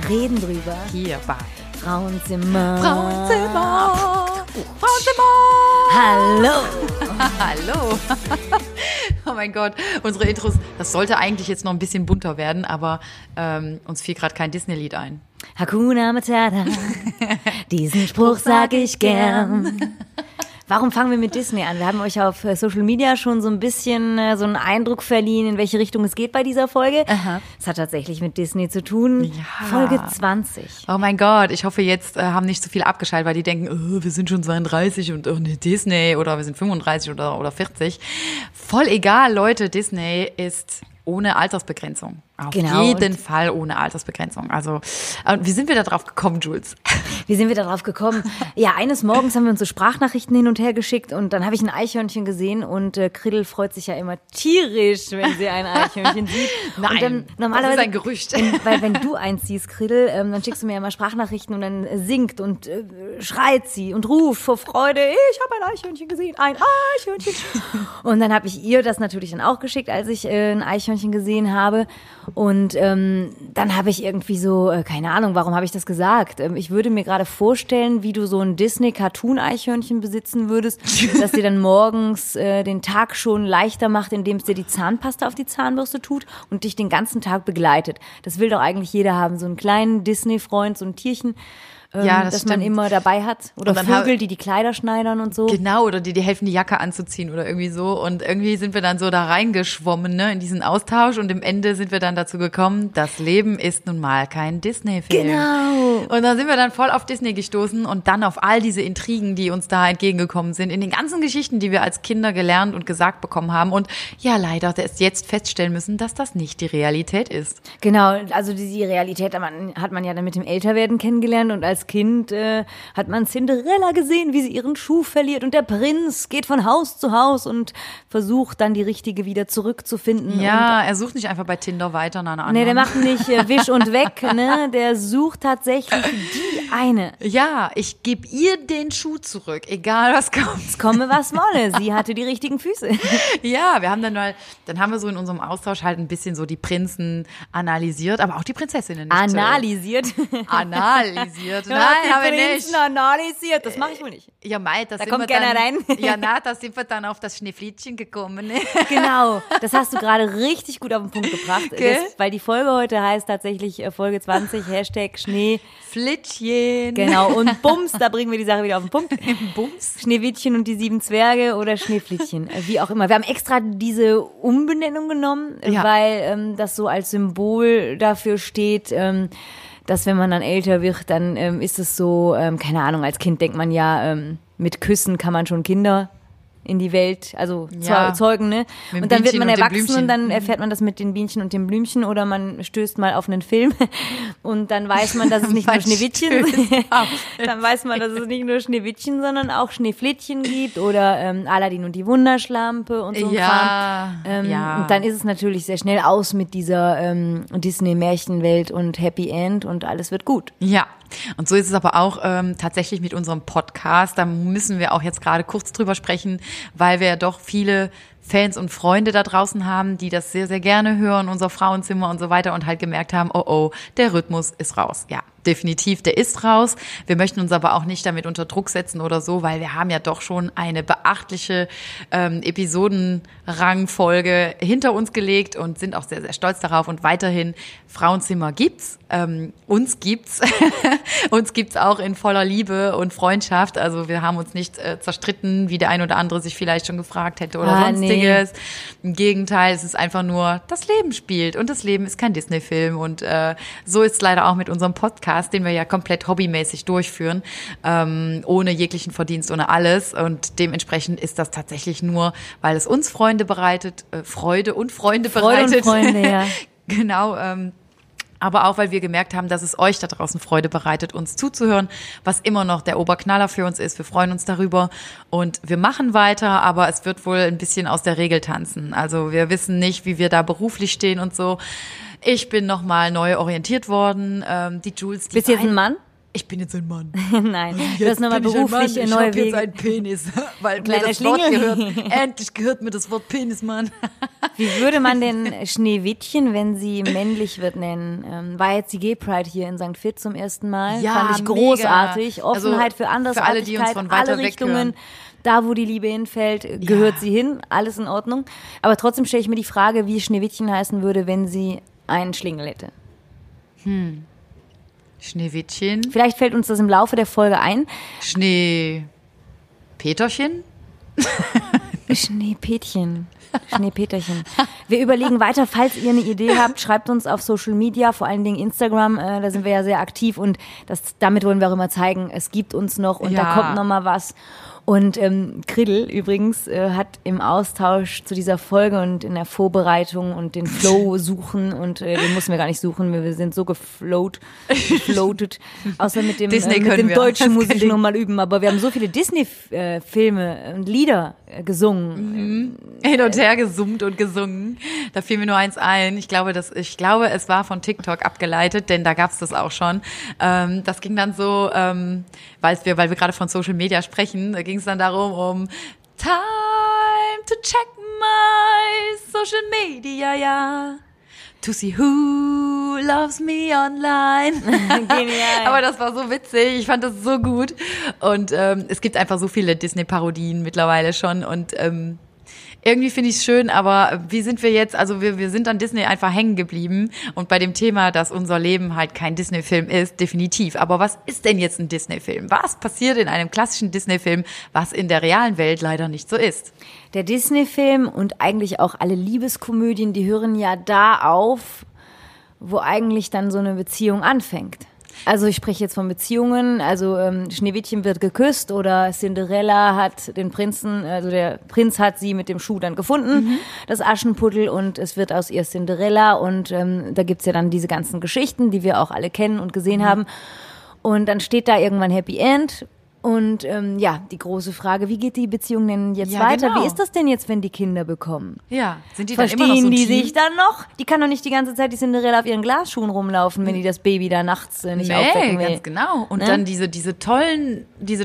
reden drüber. Hier bei Frauenzimmer. Frauenzimmer. Hallo. Hallo. Oh mein Gott, unsere Intros, das sollte eigentlich jetzt noch ein bisschen bunter werden, aber uns fiel gerade kein Disney-Lied ein. Hakuna Matata. Diesen Spruch sag ich gern. Warum fangen wir mit Disney an? Wir haben euch auf Social Media schon so ein bisschen so einen Eindruck verliehen, in welche Richtung es geht bei dieser Folge. Es hat tatsächlich mit Disney zu tun. Ja. Folge 20. Oh mein Gott, ich hoffe, jetzt haben nicht so viele abgeschaltet, weil die denken, wir sind schon 32 und ne, Disney oder wir sind 35 oder 40. Voll egal, Leute, Disney ist ohne Altersbegrenzung. Auf jeden Fall ohne Altersbegrenzung. Also, wie sind wir da drauf gekommen, Jules? Wie sind wir da drauf gekommen? Ja, eines Morgens haben wir uns so Sprachnachrichten hin und her geschickt und dann habe ich ein Eichhörnchen gesehen und Kriddel freut sich ja immer tierisch, wenn sie ein Eichhörnchen sieht. Nein, und dann, normalerweise, das ist ein Gerücht. Weil wenn du eins siehst, Kriddel, dann schickst du mir ja immer Sprachnachrichten und dann singt und schreit sie und ruft vor Freude, ich habe ein Eichhörnchen gesehen, ein Eichhörnchen. Und dann habe ich ihr das natürlich dann auch geschickt, als ich ein Eichhörnchen gesehen habe. Und dann habe ich irgendwie so, keine Ahnung, warum habe ich das gesagt? Ich würde mir gerade vorstellen, wie du so ein Disney-Cartoon-Eichhörnchen besitzen würdest, dass dir dann morgens den Tag schon leichter macht, indem es dir die Zahnpasta auf die Zahnbürste tut und dich den ganzen Tag begleitet. Das will doch eigentlich jeder haben, so einen kleinen Disney-Freund, so ein Tierchen. Ja, das dass stimmt. man immer dabei hat. Oder Vögel, die Kleider schneidern und so. Genau, oder die helfen, die Jacke anzuziehen oder irgendwie so. Und irgendwie sind wir dann so da reingeschwommen, ne, in diesen Austausch. Und im Ende sind wir dann dazu gekommen, das Leben ist nun mal kein Disney-Film. Genau. Und dann sind wir dann voll auf Disney gestoßen und dann auf all diese Intrigen, die uns da entgegengekommen sind, in den ganzen Geschichten, die wir als Kinder gelernt und gesagt bekommen haben. Und ja, leider erst jetzt feststellen müssen, dass das nicht die Realität ist. Genau, also die Realität hat man ja dann mit dem Älterwerden kennengelernt und als Kind hat man Cinderella gesehen, wie sie ihren Schuh verliert und der Prinz geht von Haus zu Haus und versucht dann die richtige wieder zurückzufinden. Ja, er sucht nicht einfach bei Tinder weiter nach einer anderen. Nee, der macht nicht Wisch und weg, ne? Der sucht tatsächlich die eine. Ja, ich gebe ihr den Schuh zurück, egal was kommt. Es komme, was wolle. Sie hatte die richtigen Füße. Ja, wir haben dann haben wir so in unserem Austausch halt ein bisschen so die Prinzen analysiert, aber auch die Prinzessinnen nicht. Analysiert. Analysiert. Ja, Nein, haben die wir Prinzen nicht. analysiert. Das mache ich wohl nicht. Ja, Mai, da kommt keiner rein. Ja, da sind wir dann auf das Schneeflittchen gekommen. Ne? Genau, das hast du gerade richtig gut auf den Punkt gebracht. Weil die Folge heute heißt tatsächlich Folge 20, Hashtag Schneeflittchen. Genau, und Bums, da bringen wir die Sache wieder auf den Punkt. Bums. Schneewittchen und die 7 Zwerge oder Schneeflittchen, wie auch immer. Wir haben extra diese Umbenennung genommen, weil das so als Symbol dafür steht, dass wenn man dann älter wird, dann ist es so, keine Ahnung, als Kind denkt man ja, mit Küssen kann man schon Kinder in die Welt, also zeugen, ne? Und dann wird man erwachsen und dann erfährt man das mit den Bienchen und dem Blümchen oder man stößt mal auf einen Film und dann weiß man, dass es nicht nur Schneewittchen, dann weiß man, dass es nicht nur Schneewittchen, sondern auch Schneeflittchen gibt oder Aladdin und die Wunderschlampe und so ein Kram. Und dann ist es natürlich sehr schnell aus mit dieser Disney-Märchenwelt und Happy End und alles wird gut. Ja. Und so ist es aber auch tatsächlich mit unserem Podcast. Da müssen wir auch jetzt gerade kurz drüber sprechen, weil wir ja doch viele Fans und Freunde da draußen haben, die das sehr, sehr gerne hören, unser Frauenzimmer und so weiter und halt gemerkt haben, oh, der Rhythmus ist raus. Ja, definitiv, der ist raus. Wir möchten uns aber auch nicht damit unter Druck setzen oder so, weil wir haben ja doch schon eine beachtliche Episodenrangfolge hinter uns gelegt und sind auch sehr, sehr stolz darauf. Und weiterhin, Frauenzimmer gibt's, uns gibt's, uns gibt's auch in voller Liebe und Freundschaft. Also wir haben uns nicht zerstritten, wie der ein oder andere sich vielleicht schon gefragt hätte oder sonstiges. Nee. Im Gegenteil, es ist einfach nur, das Leben spielt und das Leben ist kein Disney-Film und so ist es leider auch mit unserem Podcast, den wir ja komplett hobbymäßig durchführen, ohne jeglichen Verdienst, ohne alles und dementsprechend ist das tatsächlich nur, weil es uns Freude bereitet, Freude und Freunde bereitet. Freude und Freunde, ja. Genau, aber auch, weil wir gemerkt haben, dass es euch da draußen Freude bereitet, uns zuzuhören, was immer noch der Oberknaller für uns ist. Wir freuen uns darüber und wir machen weiter, aber es wird wohl ein bisschen aus der Regel tanzen. Also wir wissen nicht, wie wir da beruflich stehen und so. Ich bin nochmal neu orientiert worden. Die Jules, die bist du jetzt ein Mann? ich bin jetzt ein Mann. Nein, du hast nochmal beruflich ich neue hab Wege. jetzt einen Penis, weil Kleiner mir das Wort Schlingel. gehört. Endlich gehört mir das Wort Penis, Mann. Wie würde man denn Schneewittchen, wenn sie männlich wird, nennen? War jetzt die Gay Pride hier in St. Vith zum ersten Mal. Ja, Fand ich mega. großartig. Offenheit Also, für Andersartigkeit, für alle, die uns von weiter alle weg Richtungen. hören. Da, wo die Liebe hinfällt, gehört sie hin. Alles in Ordnung. Aber trotzdem stelle ich mir die Frage, wie Schneewittchen heißen würde, wenn sie einen Schlingel hätte. Schneewittchen. Vielleicht fällt uns das im Laufe der Folge ein. Schneepeterchen. Schneepeterchen. Wir überlegen weiter, falls ihr eine Idee habt, schreibt uns auf Social Media, vor allen Dingen Instagram, da sind wir ja sehr aktiv und damit wollen wir auch immer zeigen, es gibt uns noch und da kommt noch mal was. Und Kriddl übrigens hat im Austausch zu dieser Folge und in der Vorbereitung und den Flow suchen und den mussten wir gar nicht suchen, wir sind so gefloatet. Außer mit dem Deutschen muss ich noch mal üben, aber wir haben so viele Disney-Filme und Lieder gesungen. Hin und her gesummt und gesungen. Da fiel mir nur eins ein. Ich glaube, es war von TikTok abgeleitet, denn da gab's das auch schon. Das ging dann so, weil wir gerade von Social Media sprechen, da ging es dann darum, um Time to check my social media, ja. To see who loves me online. Genial. Aber das war so witzig, ich fand das so gut. Und es gibt einfach so viele Disney-Parodien mittlerweile schon und irgendwie finde ich es schön, aber wie sind wir jetzt, also wir sind an Disney einfach hängen geblieben und bei dem Thema, dass unser Leben halt kein Disney-Film ist, definitiv. Aber was ist denn jetzt ein Disney-Film? Was passiert in einem klassischen Disney-Film, was in der realen Welt leider nicht so ist? Der Disney-Film und eigentlich auch alle Liebeskomödien, die hören ja da auf, wo eigentlich dann so eine Beziehung anfängt. Also ich spreche jetzt von Beziehungen, also Schneewittchen wird geküsst oder Cinderella hat den Prinzen, also der Prinz hat sie mit dem Schuh dann gefunden, das Aschenputtel und es wird aus ihr Cinderella und da gibt's ja dann diese ganzen Geschichten, die wir auch alle kennen und gesehen haben und dann steht da irgendwann Happy End. Und die große Frage, wie geht die Beziehung denn jetzt weiter? Genau. Wie ist das denn jetzt, wenn die Kinder bekommen? Ja, sind die dann Verstehen immer noch so ein die Team? sich dann noch? Die kann doch nicht die ganze Zeit die Cinderella auf ihren Glasschuhen rumlaufen, wenn die das Baby da nachts nicht aufwecken will. Ganz genau. Und Ne? dann diese tollen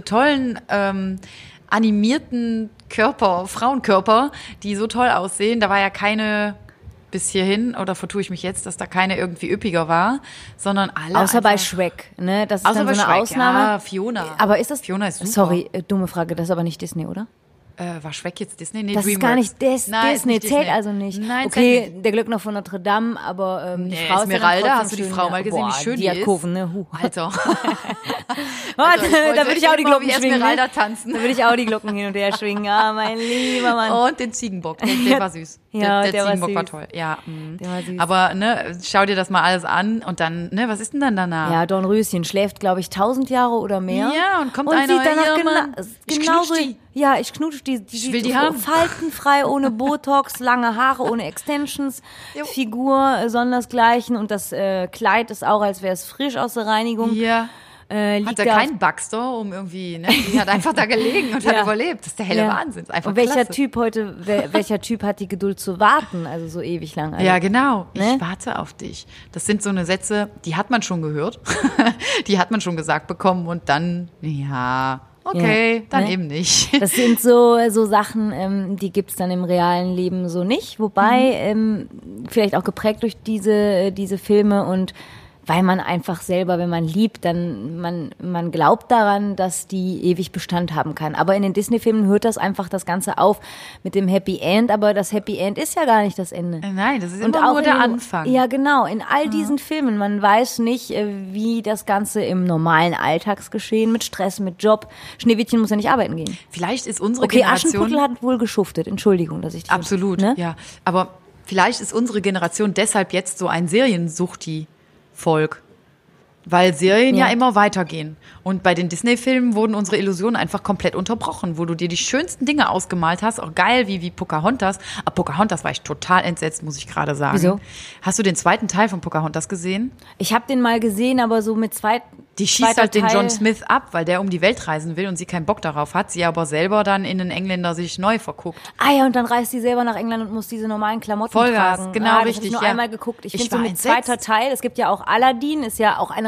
animierten Frauenkörper, die so toll aussehen. Da war ja keine bis hierhin, oder vertue ich mich jetzt, dass da keine irgendwie üppiger war, sondern alle Außer bei einfach- Shrek, ne? Das ist Außer dann bei so eine Shrek, Ausnahme. ja, Fiona. Aber ist das? Fiona ist super. Sorry, dumme Frage, das ist aber nicht Disney, oder? War Shrek jetzt Disney? Nee, Das ist DreamWorks. gar nicht Nein, ist Disney, nicht zählt also nicht. Nein, okay, zählt nicht. der Glöckner von Notre Dame, aber die Nee, Frau ist ja dann Esmeralda, trotzdem hast du die schön, Frau mal gesehen, boah, wie schön die die hat ist? Kurven, ne? Alter. Warte, Also, ich da würde ich auch die immer Glocken wie schwingen. Esmeralda Ne? tanzen. Da würde ich auch die Glocken hin und her schwingen. Ah, mein lieber Mann. Und den Ziegenbock, der war süß. Ja, der der war Ziegenbock war süß. toll. Ja, mh. Der war süß. Aber ne, schau dir das mal alles an und dann, ne, was ist denn dann danach? Ja, Dornröschen schläft, glaube ich, 1000 Jahre oder mehr. Ja, und kommt und einer, sieht danach ja, Mann, ich genauso. knutsch die. Ja, ich knutsch die. Die will sieht die haben. faltenfrei, ohne Botox, lange Haare, ohne Extensions, Jo. Figur sondersgleichen und das Kleid ist auch, als wäre es frisch aus der Reinigung. Ja. Liegt Hat er da keinen Baxter, um irgendwie, ne? Die hat einfach da gelegen und hat Ja. überlebt. Das ist der helle Ja. Wahnsinn. Ist einfach Und welcher klasse. welcher Typ hat die Geduld zu warten, also so ewig lang? Also, Ja, genau. Ne? Ich warte auf dich. Das sind so eine Sätze, die hat man schon gehört. Die hat man schon gesagt bekommen und dann, ja, okay, Ja, dann ne? eben nicht. Das sind so Sachen, die gibt's dann im realen Leben so nicht. Wobei, vielleicht auch geprägt durch diese Filme und weil man einfach selber, wenn man liebt, dann man glaubt daran, dass die ewig Bestand haben kann. Aber in den Disney-Filmen hört das einfach das Ganze auf mit dem Happy End. Aber das Happy End ist ja gar nicht das Ende. Nein, das ist Und immer auch nur in der den- Anfang. Ja, genau. In all diesen Filmen. Man weiß nicht, wie das Ganze im normalen Alltagsgeschehen mit Stress, mit Job. Schneewittchen muss ja nicht arbeiten gehen. Vielleicht ist unsere Okay, Generation... Aschenputtel hat wohl geschuftet. Entschuldigung, dass ich dich Absolut, ne? ja. Aber vielleicht ist unsere Generation deshalb jetzt so ein Seriensuchti-Volk. Weil Serien ja Ja. immer weitergehen. Und bei den Disney-Filmen wurden unsere Illusionen einfach komplett unterbrochen, wo du dir die schönsten Dinge ausgemalt hast, auch geil wie Pocahontas. Aber Pocahontas war ich total entsetzt, muss ich gerade sagen. Wieso? Hast du den zweiten Teil von Pocahontas gesehen? Ich habe den mal gesehen, aber so mit Die schießt zweiter halt den Teil. John Smith ab, weil der um die Welt reisen will und sie keinen Bock darauf hat. Sie aber selber dann in den Engländer sich neu verguckt. Ah ja, und dann reist sie selber nach England und muss diese normalen Klamotten Vollgas, tragen. genau, das richtig, hab ich nur ja. einmal geguckt. Ich Ich finde so war mit entsetzt. zweiter Teil, es gibt ja auch Aladdin, ist ja auch einer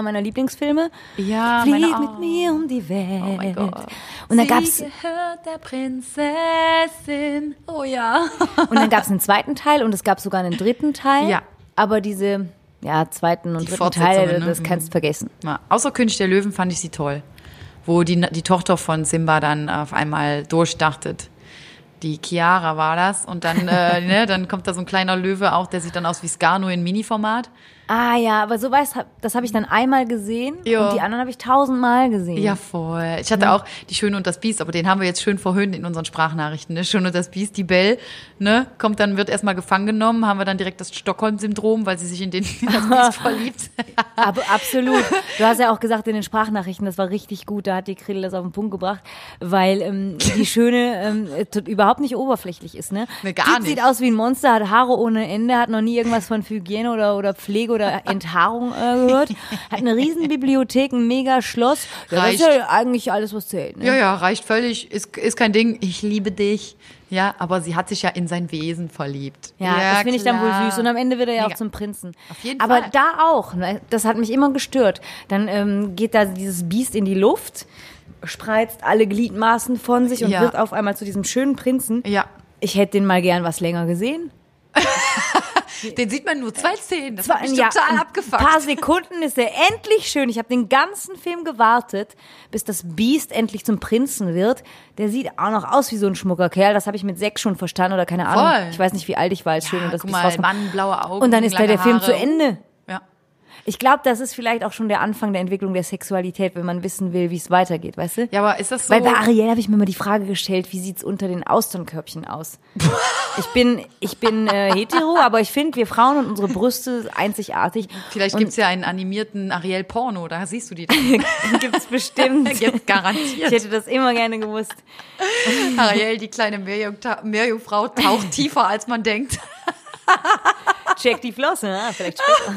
meiner Lieblingsfilme. Ja, Flieg meine auch. mit mir um die Welt. Oh mein Gott. Und dann gab's, Sie gehört der Prinzessin. Oh ja. und dann gab's einen zweiten Teil und es gab sogar einen dritten Teil. Ja. Aber diese, zweiten und Die dritten Fortsetzungen, Teile, ne? das kannst du vergessen. Ja, außer König der Löwen fand ich sie toll. Wo die Tochter von Simba dann auf einmal durchstartet. Die Chiara war das. Und dann, dann kommt da so ein kleiner Löwe auch, der sieht dann aus wie Scar, nur in Mini-Format. Ah ja, aber so das habe ich dann einmal gesehen Ja. und die anderen habe ich 1000-mal gesehen. Ja, voll. Ich hatte auch die Schöne und das Biest, aber den haben wir jetzt schön verhöhnt in unseren Sprachnachrichten. Ne? Schöne und das Biest, die Belle, ne, wird erstmal gefangen genommen, haben wir dann direkt das Stockholm-Syndrom, weil sie sich in das Biest verliebt. Aber absolut. Du hast ja auch gesagt in den Sprachnachrichten, das war richtig gut, da hat die Krill das auf den Punkt gebracht, weil die Schöne überhaupt nicht oberflächlich ist. Ne? Nee, gar Die nicht. sieht aus wie ein Monster, hat Haare ohne Ende, hat noch nie irgendwas von Hygiene oder Pflege oder Enthaarung gehört, hat eine riesen Bibliothek, ein mega Schloss. Ja, das ist Reicht. ja eigentlich alles, was zählt. Ne? Ja, reicht völlig, ist kein Ding. Ich liebe dich. Ja, aber sie hat sich ja in sein Wesen verliebt. Ja, das finde ich dann wohl klar. süß. Und am Ende wird er ja Mega. auch zum Prinzen. Auf jeden Aber Fall. da auch, ne, das hat mich immer gestört. Dann geht da dieses Biest in die Luft, spreizt alle Gliedmaßen von sich und Ja. wird auf einmal zu diesem schönen Prinzen. Ja, Ich hätte den mal gern was länger gesehen. den sieht man nur 2 Szenen. Das hat mich total ein abgefuckt. paar Sekunden ist er endlich schön. Ich habe den ganzen Film gewartet, bis das Biest endlich zum Prinzen wird. Der sieht auch noch aus wie so ein schmucker Kerl. Das habe ich mit 6 schon verstanden oder keine Ahnung. Voll. Ich weiß nicht, wie alt ich war, als schön und das guck Biest mal, rauskam. Mann, blaue Augen. Und dann ist da lange der Film Haare. zu Ende. Ja. Ich glaube, das ist vielleicht auch schon der Anfang der Entwicklung der Sexualität, wenn man wissen will, wie es weitergeht, weißt du? Ja, aber ist das so? Weil bei Ariel habe ich mir mal die Frage gestellt, wie sieht's unter den Austernkörbchen aus? Ich bin hetero, aber ich finde, wir Frauen und unsere Brüste einzigartig. Vielleicht gibt's ja einen animierten Ariel-Porno, da siehst du die dann. Gibt's bestimmt. Gibt's Ich garantiert. hätte das immer gerne gewusst. Ariel, die kleine Meerjungfrau, taucht tiefer, als man denkt. Check die Flosse, ne? Vielleicht später.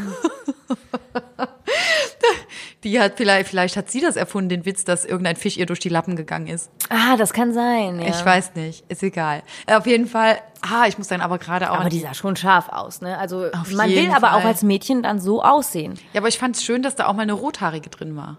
Die hat vielleicht hat sie das erfunden, den Witz, dass irgendein Fisch ihr durch die Lappen gegangen ist. Ah, das kann sein, ja. Ich weiß nicht, ist egal. Auf jeden Fall, ich muss dann aber gerade auch... Aber die sah schon scharf aus, ne? Also Auf man will jeden aber Fall. auch als Mädchen dann so aussehen. Ja, aber ich fand es schön, dass da auch mal eine Rothaarige drin war.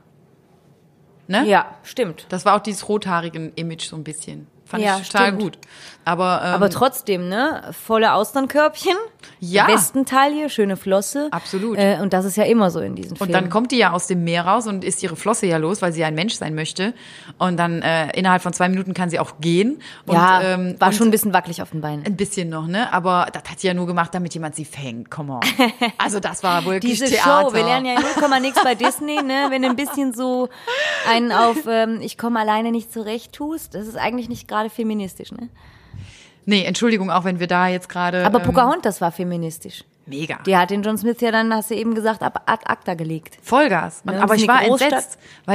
Ne? Ja, stimmt. Das war auch dieses rothaarigen Image so ein bisschen. Fand Ja, ich total stimmt. gut. Aber Aber trotzdem, ne? Volle Austernkörbchen. Ja. Westentaille, schöne Flosse. Absolut. Und das ist ja immer so in diesen Filmen. und dann kommt die ja aus dem Meer raus und isst ihre Flosse ja los, weil sie ja ein Mensch sein möchte. Und dann innerhalb von 2 Minuten kann sie auch gehen. Und, war und schon ein bisschen wackelig auf den Beinen. ein bisschen noch, ne? Aber das hat sie ja nur gemacht, damit jemand sie fängt. Come on. Also das war wirklich Diese Theater. Show, wir lernen ja 0, nix bei Disney, ne? Wenn du ein bisschen so einen auf ich komme alleine nicht zurecht tust, das ist eigentlich nicht gerade feministisch, ne? Nee, Entschuldigung, auch wenn wir da jetzt gerade... Aber Pocahontas war feministisch. Mega. Die hat den John Smith ja dann, hast du eben gesagt, ad acta gelegt. Vollgas. Ja, Aber das ist ich eine war Großstadt. entsetzt, weil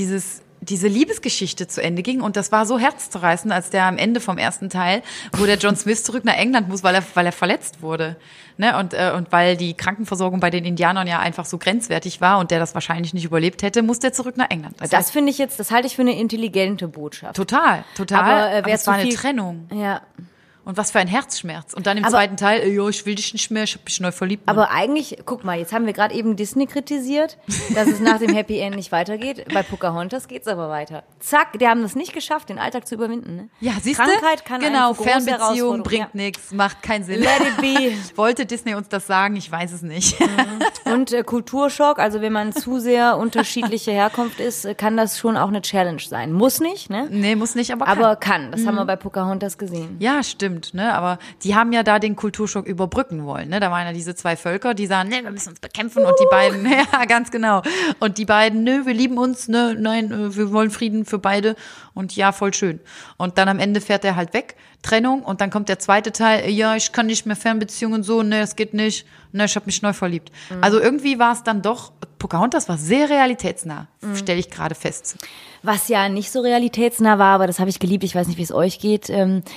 diese Liebesgeschichte zu Ende ging und das war so herzzerreißend, als der am Ende vom ersten Teil, wo der John Smith zurück nach England muss, weil er verletzt wurde, ne? Und weil die Krankenversorgung bei den Indianern ja einfach so grenzwertig war und der das wahrscheinlich nicht überlebt hätte, muss der zurück nach England. Also Das finde ich jetzt, das halte ich für eine intelligente Botschaft. total. Aber, wer Aber es zu war eine viel- Trennung. Ja. Und was für ein Herzschmerz. Und dann im Aber- zweiten Teil, ich will dich nicht mehr, ich hab mich neu verliebt. Aber eigentlich, guck mal, jetzt haben wir gerade eben Disney kritisiert, dass es nach dem Happy End nicht weitergeht. Bei Pocahontas geht's aber weiter. Zack, die haben das nicht geschafft, den Alltag zu überwinden. Ne? Ja, siehst du? Krankheit kann genau, eine große Fernbeziehung Herausforderung, bringt ja. nichts, macht keinen Sinn. Let it be. Wollte Disney uns das sagen? Ich weiß es nicht. Und Kulturschock, also wenn man zu sehr unterschiedliche Herkunft ist, kann das schon auch eine Challenge sein. Muss nicht, ne? Nee, muss nicht, aber Aber kann. Das haben wir bei Pocahontas gesehen. Ja, stimmt, ne? Aber die haben ja da den Kulturschock überbrücken wollen, ne? Da waren ja diese 2 Völker, die sagen, nee, wir müssen uns bekämpfen und die beiden, ja, ganz genau. Und die beiden, nö, wir lieben uns, ne, nein, wir wollen Frieden für beide und ja, voll schön. Und dann am Ende fährt er halt weg, Trennung und dann kommt der zweite Teil, ja, ich kann nicht mehr Fernbeziehungen so, ne, das geht nicht, ne, ich habe mich neu verliebt. Also irgendwie war es dann doch, Pocahontas war sehr realitätsnah, stelle ich gerade fest. Was ja nicht so realitätsnah war, aber das habe ich geliebt. Ich weiß nicht, wie es euch geht.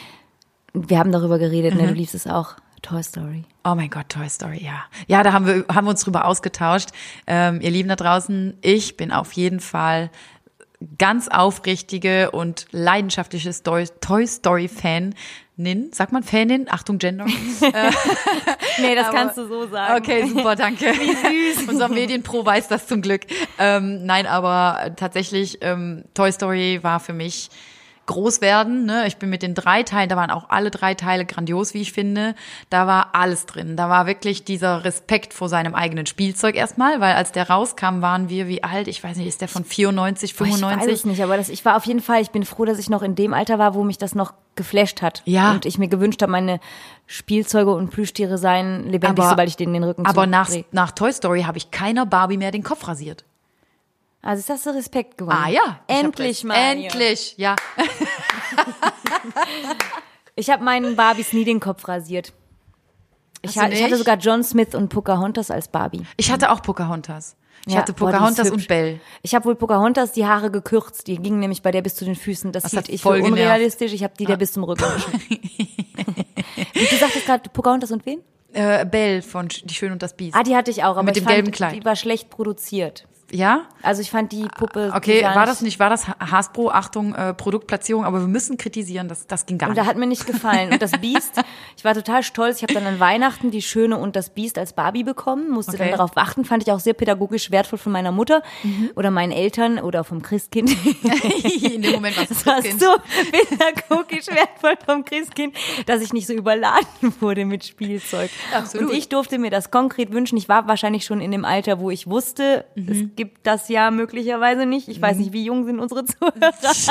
Wir haben darüber geredet, ne? Du liebst es auch. Toy Story. Oh mein Gott, Toy Story, ja. Ja, da haben wir uns drüber ausgetauscht. Ihr Lieben da draußen, ich bin auf jeden Fall ganz aufrichtige und leidenschaftliche Toy Story Fanin. Sagt man Fanin? Achtung, Gender. Nee, das kannst du so sagen. Okay, super, danke. Wie süß. Unser Medienpro weiß das zum Glück. Nein, aber tatsächlich, Toy Story war für mich groß werden, ne? Ich bin mit den 3 Teilen, da waren auch alle 3 Teile grandios, wie ich finde. Da war alles drin. Da war wirklich dieser Respekt vor seinem eigenen Spielzeug erstmal, weil als der rauskam, waren wir wie alt? Ich weiß nicht, ist der von 94, 95? Ich weiß es nicht, aber ich war auf jeden Fall, ich bin froh, dass ich noch in dem Alter war, wo mich das noch geflasht hat. Ja. Und ich mir gewünscht habe, meine Spielzeuge und Plüschtiere seien lebendig, sobald ich denen den Rücken Aber zudrehe. nach Toy Story habe ich keiner Barbie mehr den Kopf rasiert. Also jetzt hast du Respekt gewonnen. Ah ja. Endlich mal. Endlich, ja. Ich habe meinen Barbies nie den Kopf rasiert. Ich Hast du nicht? hatte sogar John Smith und Pocahontas als Barbie. Ich hatte auch Pocahontas. Ich Ja, hatte boah, die ist Pocahontas hübsch. und Belle. Ich habe wohl Pocahontas die Haare gekürzt. Die gingen nämlich bei der bis zu den Füßen. Das hat hielt ich für voll genervt. unrealistisch. Ich habe die der bis zum Rücken geschnitten. Und du sagtest gerade Pocahontas und wen? Belle von Die Schöne und das Biest. Ah, die hatte ich auch, aber Mit ich dem fand, gelben Kleid. die war schlecht produziert. Ja? Also ich fand die Puppe... Okay, die sah war das Hasbro, Achtung, Produktplatzierung, aber wir müssen kritisieren, das ging gar Und nicht. da hat mir nicht gefallen. Und das Biest, ich war total stolz. Ich habe dann an Weihnachten die Schöne und das Biest als Barbie bekommen, musste dann darauf achten, fand ich auch sehr pädagogisch wertvoll von meiner Mutter oder meinen Eltern oder vom Christkind. In dem Moment war es das Das war Christkind. so pädagogisch wertvoll vom Christkind, dass ich nicht so überladen wurde mit Spielzeug. Absolut. Und ich durfte mir das konkret wünschen. Ich war wahrscheinlich schon in dem Alter, wo ich wusste, es gibt das ja möglicherweise nicht. Ich weiß nicht, wie jung sind unsere Zuhörer. Gibt es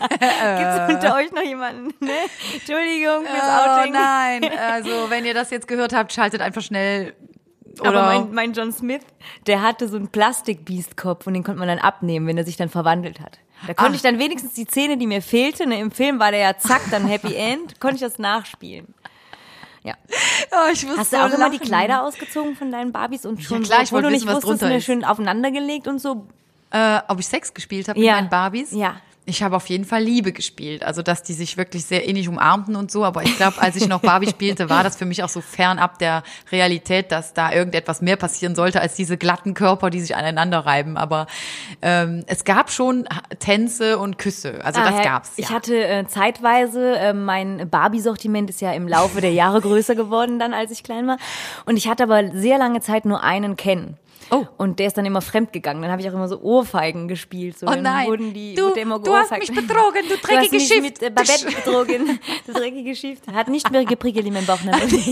unter euch noch jemanden? Ne? Entschuldigung fürs Outing. Oh nein, also wenn ihr das jetzt gehört habt, schaltet einfach schnell. Oder Aber mein John Smith, der hatte so einen Plastikbiestkopf und den konnte man dann abnehmen, wenn er sich dann verwandelt hat. Da konnte ich dann wenigstens die Szene, die mir fehlte, ne, im Film war der ja zack, dann Happy End, konnte ich das nachspielen. Ja. Oh, ich muss Hast so du auch immer die lachen. Kleider ausgezogen von deinen Barbies und schon klar, ich so, wo wollte du wissen, nicht was wusstest, drunter ne, ist. schön aufeinandergelegt und so? Ob ich Sex gespielt habe mit Ja. meinen Barbies? Ja. Ich habe auf jeden Fall Liebe gespielt, also dass die sich wirklich sehr innig umarmten und so, aber ich glaube, als ich noch Barbie spielte, war das für mich auch so fernab der Realität, dass da irgendetwas mehr passieren sollte als diese glatten Körper, die sich aneinander reiben, aber es gab schon Tänze und Küsse, also das gab's, ja. Ich hatte zeitweise, mein Barbie-Sortiment ist ja im Laufe der Jahre größer geworden dann, als ich klein war, und ich hatte aber sehr lange Zeit nur einen Ken. Oh. Und der ist dann immer fremd gegangen. Dann habe ich auch immer so Ohrfeigen gespielt. So, Oh dann nein, wurde der immer du hast geohrfeigt. mich betrogen, du Du dreckige hast mich Schiff. mit Babette betrogen, du dreckige Schiff. Hat nicht mehr geprickelt in meinem Bauch.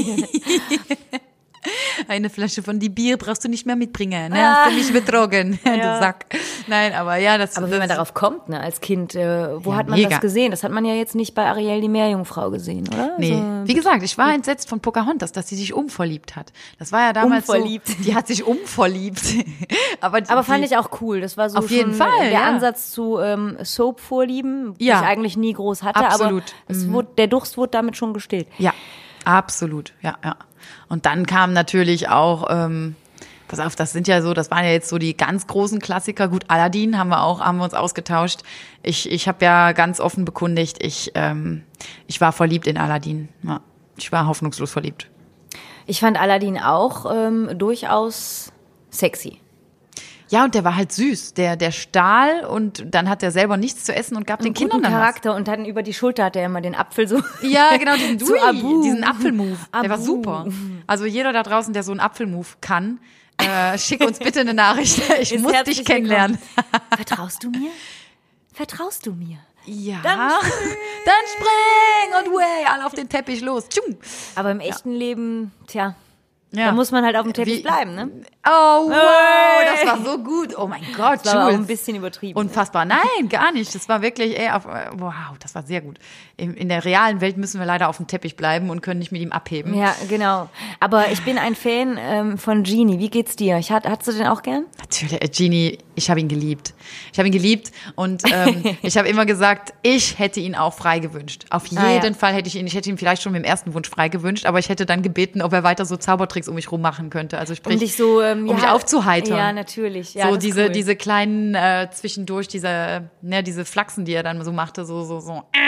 Eine Flasche von die Bier brauchst du nicht mehr mitbringen, ne? Hast du mich betrogen, du Sack. Nein, aber ja, Aber wenn man darauf kommt, ne, als Kind, wo Ja, hat man mega. das gesehen? Das hat man ja jetzt nicht bei Ariel die Meerjungfrau gesehen, oder? Nee, wie gesagt, ich war entsetzt von Pocahontas, dass sie sich umverliebt hat. Das war ja damals Umverliebt. so, die hat sich umverliebt. aber Fand ich auch cool. Das war so Auf jeden schon Fall, der ja. Ansatz zu Soap-Vorlieben, die Ja. ich eigentlich nie groß hatte. Absolut. Aber der Durst wurde damit schon gestillt. Ja, absolut, ja. Und dann kam natürlich auch, pass auf, das waren ja jetzt so die ganz großen Klassiker. Gut, Aladdin haben wir uns ausgetauscht. Ich habe ja ganz offen bekundigt, ich war verliebt in Aladdin. Ja, ich war hoffnungslos verliebt. Ich fand Aladdin auch durchaus sexy. Ja, und der war halt süß. Der stahl und dann hat er selber nichts zu essen und gab den Kindern dann was. Charakter und dann über die Schulter hat er immer den Apfel so. Ja, genau, diesen Zu Abu. diesen Apfelmove. Der war Abu. super. Also jeder da draußen, der so einen Apfelmove kann, schick uns bitte eine Nachricht. Ich Ist muss herzlich dich kennenlernen. Vertraust du mir? Vertraust du mir? Ja. Dann spring und way, alle auf den Teppich los. Tschung. Aber im echten Leben, tja, Ja. da muss man halt auf dem Teppich Wie- bleiben, ne? Oh, wow, Hey. das war so gut. Oh mein Gott, Das war auch ein Jules. bisschen übertrieben. Unfassbar. Nein, gar nicht. Das war wirklich, wow, das war sehr gut. In der realen Welt müssen wir leider auf dem Teppich bleiben und können nicht mit ihm abheben. Ja, genau. Aber ich bin ein Fan von Genie. Wie geht's dir? Hattest du den auch gern? Natürlich, Genie, ich habe ihn geliebt. Und ich habe immer gesagt, ich hätte ihn auch frei gewünscht. Auf jeden Fall hätte ich hätte ihn vielleicht schon mit dem ersten Wunsch frei gewünscht, aber ich hätte dann gebeten, ob er weiter so Zaubertricks um mich rum machen könnte. Also sprich, Um dich so, um mich aufzuheitern. Ja, natürlich. Ja, So das ist cool. diese kleinen zwischendurch, diese Flachsen, die er dann so machte, so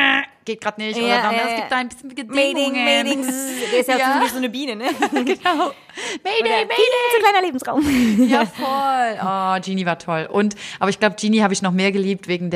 geht gerade nicht. Oder dann, es gibt da ein bisschen Bedingungen. Mating. Der ist ja wie so eine Biene, ne? Genau. Mayday. So ein kleiner Lebensraum. Ja, voll. Oh, Genie war toll. Aber ich glaube, Genie habe ich noch mehr geliebt wegen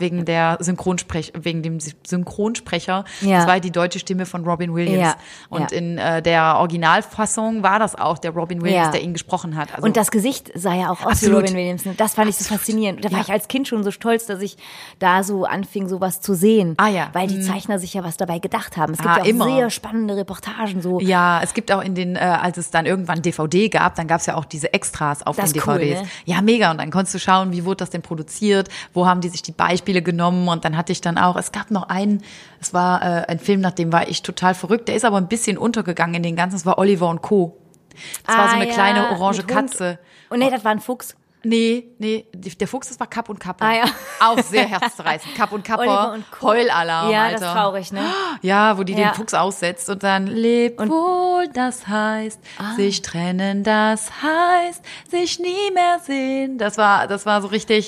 dem Synchronsprecher. Ja. Das war die deutsche Stimme von Robin Williams. Ja. Und in der Originalfassung war das auch der Robin Williams, Ja. der ihn gesprochen hat. Also, Und das Gesicht sah ja auch aus wie Absolut. Robin Williams. Ne? Das fand ich so faszinierend. Da war ich als Kind schon so stolz, dass ich da so anfing, sowas zu sehen. Ah, ja. Weil die Zeichner sich ja was dabei gedacht haben. Es gibt ja auch immer. sehr spannende Reportagen so. Ja, es gibt auch in den, als es dann irgendwann DVD gab, dann gab es ja auch diese Extras auf Das den ist cool, DVDs. ne? Ja, mega. Und dann konntest du schauen, wie wurde das denn produziert, wo haben die sich die Beispiele genommen. Und dann hatte ich dann auch, es gab noch es war ein Film, nach dem war ich total verrückt. Der ist aber ein bisschen untergegangen in den ganzen, es war Oliver und Co. Das war so eine kleine orange mit Hund. Katze. Und nee, das war ein Fuchs. Nee, der Fuchs, das war Kapp und Kappa. Ah, ja. Auch sehr herzzerreißend. Kapp und Kappa, Oliver und Co. Heulalarm, Ja, Alter. das ist traurig, ne? Ja, wo die Ja. den Fuchs aussetzt und dann leb wohl, das heißt, sich trennen, das heißt, sich nie mehr sehen. Das war so richtig,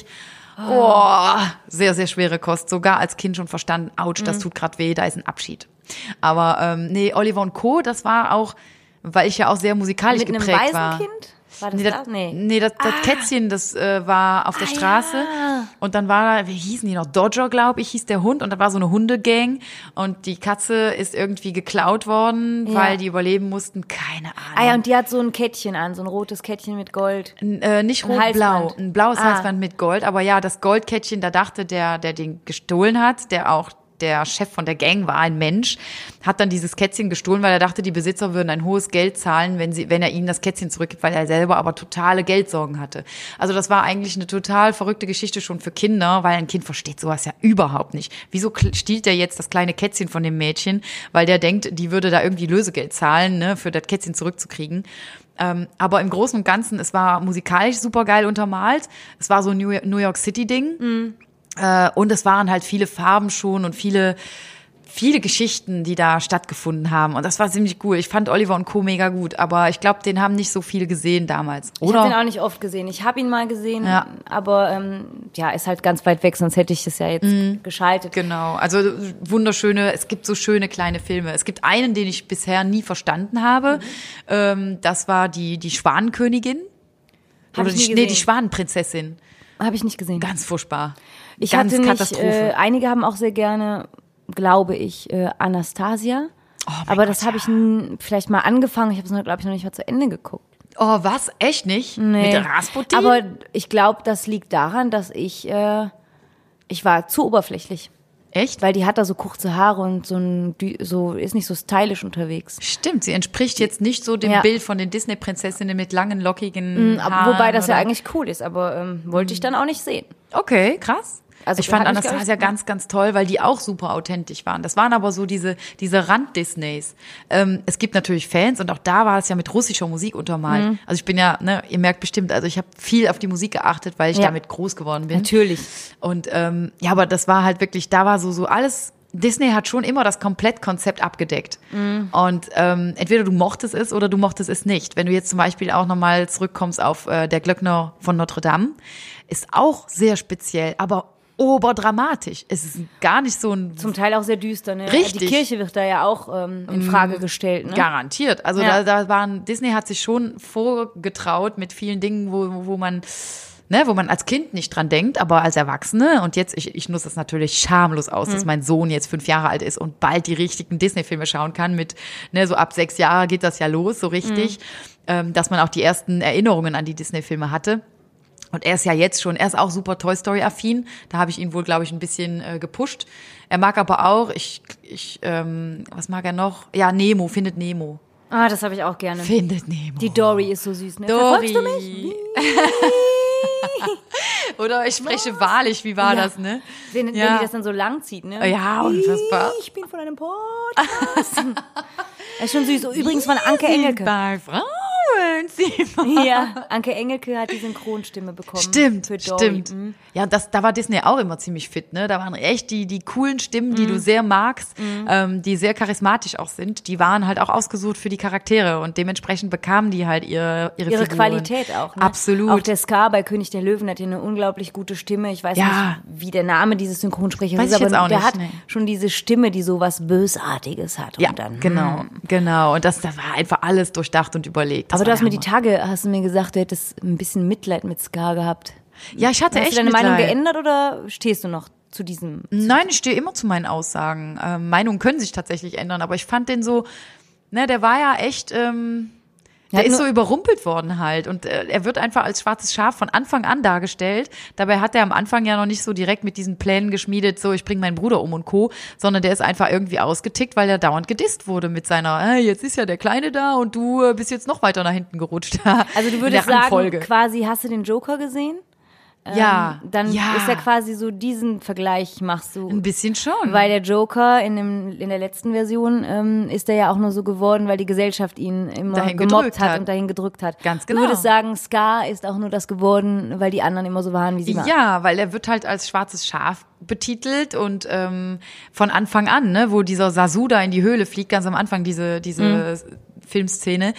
sehr, sehr schwere Kost. Sogar als Kind schon verstanden, ouch, das tut grad weh, da ist ein Abschied. Aber nee, Oliver und Co., das war auch, weil ich ja auch sehr musikalisch Mit einem geprägt war. Waisenkind? War das Nee, das? Nee, das Kätzchen, das war auf der Straße. Ja. Und dann war da, wie hießen die noch? Dodger, glaube ich, hieß der Hund. Und da war so eine Hundegang. Und die Katze ist irgendwie geklaut worden, Ja. weil die überleben mussten. Keine Ahnung. Ah ja, und die hat so ein Kettchen an, so ein rotes Kettchen mit Gold. Nicht Ein rot-blau. Halsband. Ein blaues Ah. Halsband mit Gold. Aber ja, das Goldkettchen, da dachte der den gestohlen hat, der auch der Chef von der Gang war, ein Mensch, hat dann dieses Kätzchen gestohlen, weil er dachte, die Besitzer würden ein hohes Geld zahlen, wenn er ihnen das Kätzchen zurückgibt, weil er selber aber totale Geldsorgen hatte. Also das war eigentlich eine total verrückte Geschichte schon für Kinder, weil ein Kind versteht sowas ja überhaupt nicht. Wieso stiehlt der jetzt das kleine Kätzchen von dem Mädchen, weil der denkt, die würde da irgendwie Lösegeld zahlen, ne, für das Kätzchen zurückzukriegen. Aber im Großen und Ganzen, es war musikalisch super geil untermalt. Es war so ein New York City Ding. Und es waren halt viele Farben schon und viele Geschichten, die da stattgefunden haben. Und das war ziemlich cool. Ich fand Oliver und Co. mega gut, aber ich glaube, den haben nicht so viele gesehen damals. Ich habe den auch nicht oft gesehen. Ich habe ihn mal gesehen, Ja. aber ist halt ganz weit weg, sonst hätte ich das ja jetzt geschaltet. Genau, also wunderschöne, es gibt so schöne kleine Filme. Es gibt einen, den ich bisher nie verstanden habe. Das war die Schwanenkönigin. Hab Oder ich nie die gesehen. Schwanenprinzessin. Habe ich nicht gesehen. Ganz furchtbar. Ich Ganz hatte nicht, Katastrophe. einige haben auch sehr gerne, glaube ich, Anastasia. mein aber Gott, das habe ich vielleicht mal angefangen. Ich habe es, glaube ich, noch nicht mal zu Ende geguckt. Oh, was? Echt nicht? Nee. Mit Rasputin? Aber ich glaube, das liegt daran, dass ich war zu oberflächlich. Echt? Weil die hat da so kurze Haare und so ist nicht so stylisch unterwegs. Stimmt, sie entspricht jetzt nicht so dem Ja. Bild von den Disney-Prinzessinnen mit langen, lockigen Haaren. Wobei das ja oder- eigentlich cool ist, aber wollte ich dann auch nicht sehen. Okay, krass. Also Ich fand hat mich, Anastasia glaub ich, ganz, ganz toll, weil die auch super authentisch waren. Das waren aber so diese Rand-Disneys. Es gibt natürlich Fans und auch da war es ja mit russischer Musik untermalt. Also ich bin ja, ne, ihr merkt bestimmt, also ich habe viel auf die Musik geachtet, weil ich Ja. damit groß geworden bin. Natürlich. Und ja, aber das war halt wirklich, da war so alles. Disney hat schon immer das Komplettkonzept abgedeckt. Und entweder du mochtest es oder du mochtest es nicht. Wenn du jetzt zum Beispiel auch nochmal zurückkommst auf der Glöckner von Notre Dame, ist auch sehr speziell, aber oberdramatisch. Es ist gar nicht so ein Zum Teil auch sehr düster, ne? Richtig. Die Kirche wird da ja auch in Frage gestellt, ne? garantiert. Also Ja. Disney hat sich schon vorgetraut mit vielen Dingen, wo man als Kind nicht dran denkt, aber als Erwachsene, und jetzt, ich nutze das natürlich schamlos aus, dass mein Sohn jetzt 5 Jahre alt ist und bald die richtigen Disney-Filme schauen kann mit, so ab 6 Jahren geht das ja los, so richtig, dass man auch die ersten Erinnerungen an die Disney-Filme hatte. Und er ist ja jetzt schon, er ist auch super Toy Story-affin, da habe ich ihn wohl, glaube ich, ein bisschen gepusht. Er mag aber auch, was mag er noch? Ja, Nemo, Findet Nemo. Ah, das habe ich auch gerne. Findet Nemo. Die Dory ist so süß, ne? Dory. Verfolgst du mich? Oder ich spreche wahrlich, wie war Ja. das, ne? Wenn die das dann so lang zieht, ne? Ja, unfassbar. Ich bin von einem Podcast. Das ist schon süß. Übrigens von Anke Engelke. Bei Frauen Simba. Ja, Anke Engelke hat die Synchronstimme bekommen. Stimmt, für Dory. stimmt. Ja, da war Disney auch immer ziemlich fit, ne? Da waren echt die coolen Stimmen, die du sehr magst, die sehr charismatisch auch sind, die waren halt auch ausgesucht für die Charaktere und dementsprechend bekamen die halt ihre Figuren. Qualität auch, ne? Absolut. Auch der Scar bei König der Löwen hat ja eine unglaublich gute Stimme. Ich weiß nicht, wie der Name dieses Synchronsprechers ist, aber der hat schon diese Stimme, die so was Bösartiges hat. Ja, und dann, genau. Und das war einfach alles durchdacht und überlegt. Aber du hast hast du mir gesagt, du hättest ein bisschen Mitleid mit Scar gehabt. Ja, ich hatte echt Hast du deine Mitleid. Meinung geändert oder stehst du noch zu diesem? Nein, ich stehe immer zu meinen Aussagen. Meinungen können sich tatsächlich ändern, aber ich fand den so, ne, der war ja echt, der ist so überrumpelt worden halt und er wird einfach als schwarzes Schaf von Anfang an dargestellt. Dabei hat er am Anfang ja noch nicht so direkt mit diesen Plänen geschmiedet, so ich bringe meinen Bruder um und Co., sondern der ist einfach irgendwie ausgetickt, weil er dauernd gedisst wurde mit seiner, hey, jetzt ist ja der Kleine da und du bist jetzt noch weiter nach hinten gerutscht. Also du würdest sagen, quasi hast du den Joker gesehen? Ja. Dann ist ja quasi so diesen Vergleich machst du. Ein bisschen schon. Weil der Joker in der letzten Version ist er ja auch nur so geworden, weil die Gesellschaft ihn immer gemobbt hat und dahin gedrückt hat. Ganz genau. Du würdest sagen, Scar ist auch nur das geworden, weil die anderen immer so waren, wie sie waren. Ja, weil er wird halt als schwarzes Schaf betitelt und von Anfang an, ne, wo dieser Sasu da in die Höhle fliegt, ganz am Anfang diese Filmszene,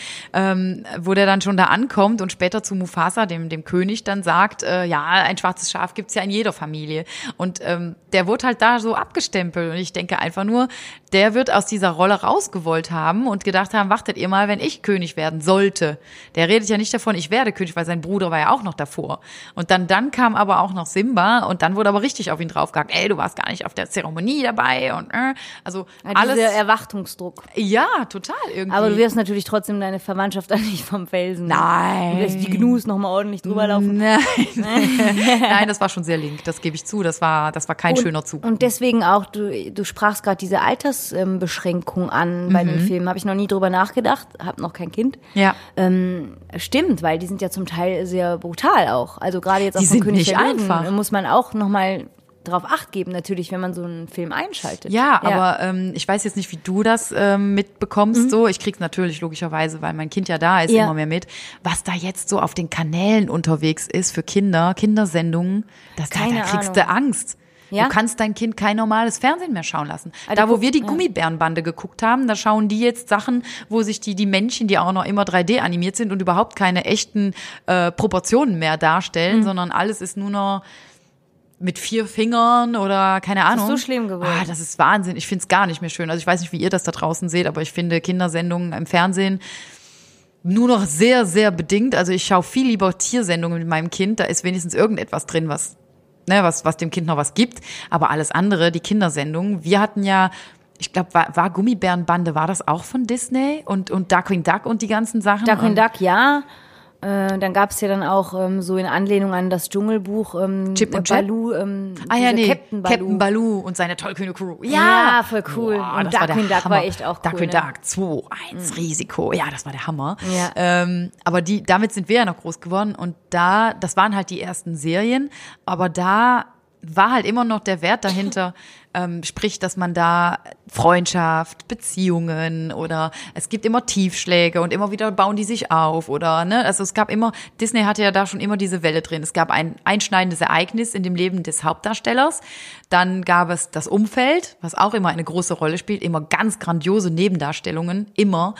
wo der dann schon da ankommt und später zu Mufasa, dem König, dann sagt, ja, ein schwarzes Schaf gibt's ja in jeder Familie. Und der wurde halt da so abgestempelt. Und ich denke einfach nur, der wird aus dieser Rolle rausgewollt haben und gedacht haben, wartet ihr mal, wenn ich König werden sollte. Der redet ja nicht davon, ich werde König, weil sein Bruder war ja auch noch davor. Und dann kam aber auch noch Simba und dann wurde aber richtig auf ihn draufgehackt. Ey, du warst gar nicht auf der Zeremonie dabei und also ja, alles. Dieser Erwartungsdruck. Ja, total irgendwie. Aber du wirst natürlich trotzdem deine Verwandtschaft dann nicht vom Felsen. Nein. Du lässt die Gnus nochmal ordentlich drüber laufen. Nein. Nein, das war schon sehr link, das gebe ich zu. Das war kein schöner Zug. Und deswegen auch, du sprachst gerade diese Altersbeschränkung an bei den Filmen. Habe ich noch nie drüber nachgedacht, habe noch kein Kind. Ja. Stimmt, weil die sind ja zum Teil sehr brutal auch. Also gerade jetzt auch die von sind König nicht der Löwen einfach. muss man auch nochmal drauf Acht geben, natürlich, wenn man so einen Film einschaltet. Ja, aber ich weiß jetzt nicht, wie du das mitbekommst. So, ich krieg's natürlich logischerweise, weil mein Kind ja da ist, immer mehr mit. Was da jetzt so auf den Kanälen unterwegs ist für Kindersendungen, da kriegst du Angst. Ja? Du kannst dein Kind kein normales Fernsehen mehr schauen lassen. Also da, wo wir die Gummibärenbande geguckt haben, da schauen die jetzt Sachen, wo sich die Männchen, die auch noch immer 3D animiert sind und überhaupt keine echten Proportionen mehr darstellen, sondern alles ist nur noch mit 4 Fingern oder keine Ahnung. Das ist so schlimm geworden. Das ist Wahnsinn. Ich find's gar nicht mehr schön. Also ich weiß nicht, wie ihr das da draußen seht, aber ich finde Kindersendungen im Fernsehen nur noch sehr, sehr bedingt. Also ich schaue viel lieber Tiersendungen mit meinem Kind. Da ist wenigstens irgendetwas drin, was dem Kind noch was gibt. Aber alles andere, die Kindersendungen. Wir hatten ja, ich glaube, war Gummibärenbande, war das auch von Disney? Und Darkwing Duck und die ganzen Sachen? Darkwing Duck, ja. Dann gab's ja dann auch so in Anlehnung an das Dschungelbuch Chip und Baloo, Captain Baloo und seine tollkühne Crew. Ja, voll cool. Boah, und Darkwing Duck war echt auch cool. Darkwing Duck 2-1 Risiko. Ja, das war der Hammer. Ja. Aber damit sind wir ja noch groß geworden und das waren halt die ersten Serien, aber da war halt immer noch der Wert dahinter, sprich, dass man da Freundschaft, Beziehungen oder es gibt immer Tiefschläge und immer wieder bauen die sich auf oder, ne, also es gab immer, Disney hatte ja da schon immer diese Welle drin. Es gab ein einschneidendes Ereignis in dem Leben des Hauptdarstellers, dann gab es das Umfeld, was auch immer eine große Rolle spielt, immer ganz grandiose Nebendarstellungen, immer,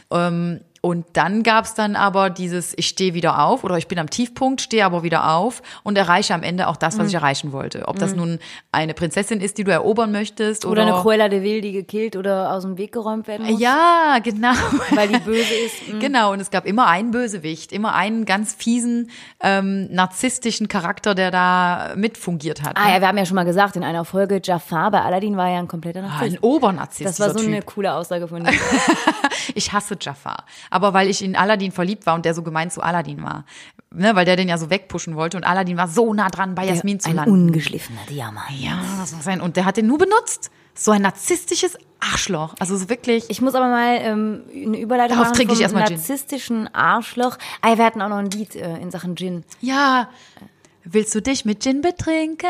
und dann gab's dann aber dieses, ich stehe wieder auf oder ich bin am Tiefpunkt, stehe aber wieder auf und erreiche am Ende auch das, was ich erreichen wollte. Ob das nun eine Prinzessin ist, die du erobern möchtest. Oder eine Cruella de Vil, die gekillt oder aus dem Weg geräumt werden muss. Ja, genau. Weil die böse ist. Genau, und es gab immer einen Bösewicht, immer einen ganz fiesen, narzisstischen Charakter, der da mitfungiert hat. Ja, wir haben ja schon mal gesagt, in einer Folge, Jafar bei Aladdin war ja ein kompletter Narzisst. Ein Obernarzisst. Das war so eine coole Aussage von dir. Ich hasse Jafar. Aber weil ich in Aladdin verliebt war und der so gemein zu Aladdin war. Ne, weil der den ja so wegpushen wollte und Aladdin war so nah dran, bei Jasmin zu landen. Ein ungeschliffener Diamant. Ja, das muss sein. Und der hat den nur benutzt. So ein narzisstisches Arschloch. Also so wirklich. Ich muss aber mal eine Überleitung Darauf machen trinke ich vom erstmal Gin. Narzisstischen Arschloch. Wir hatten auch noch ein Lied in Sachen Gin. Ja. Willst du dich mit Gin betrinken?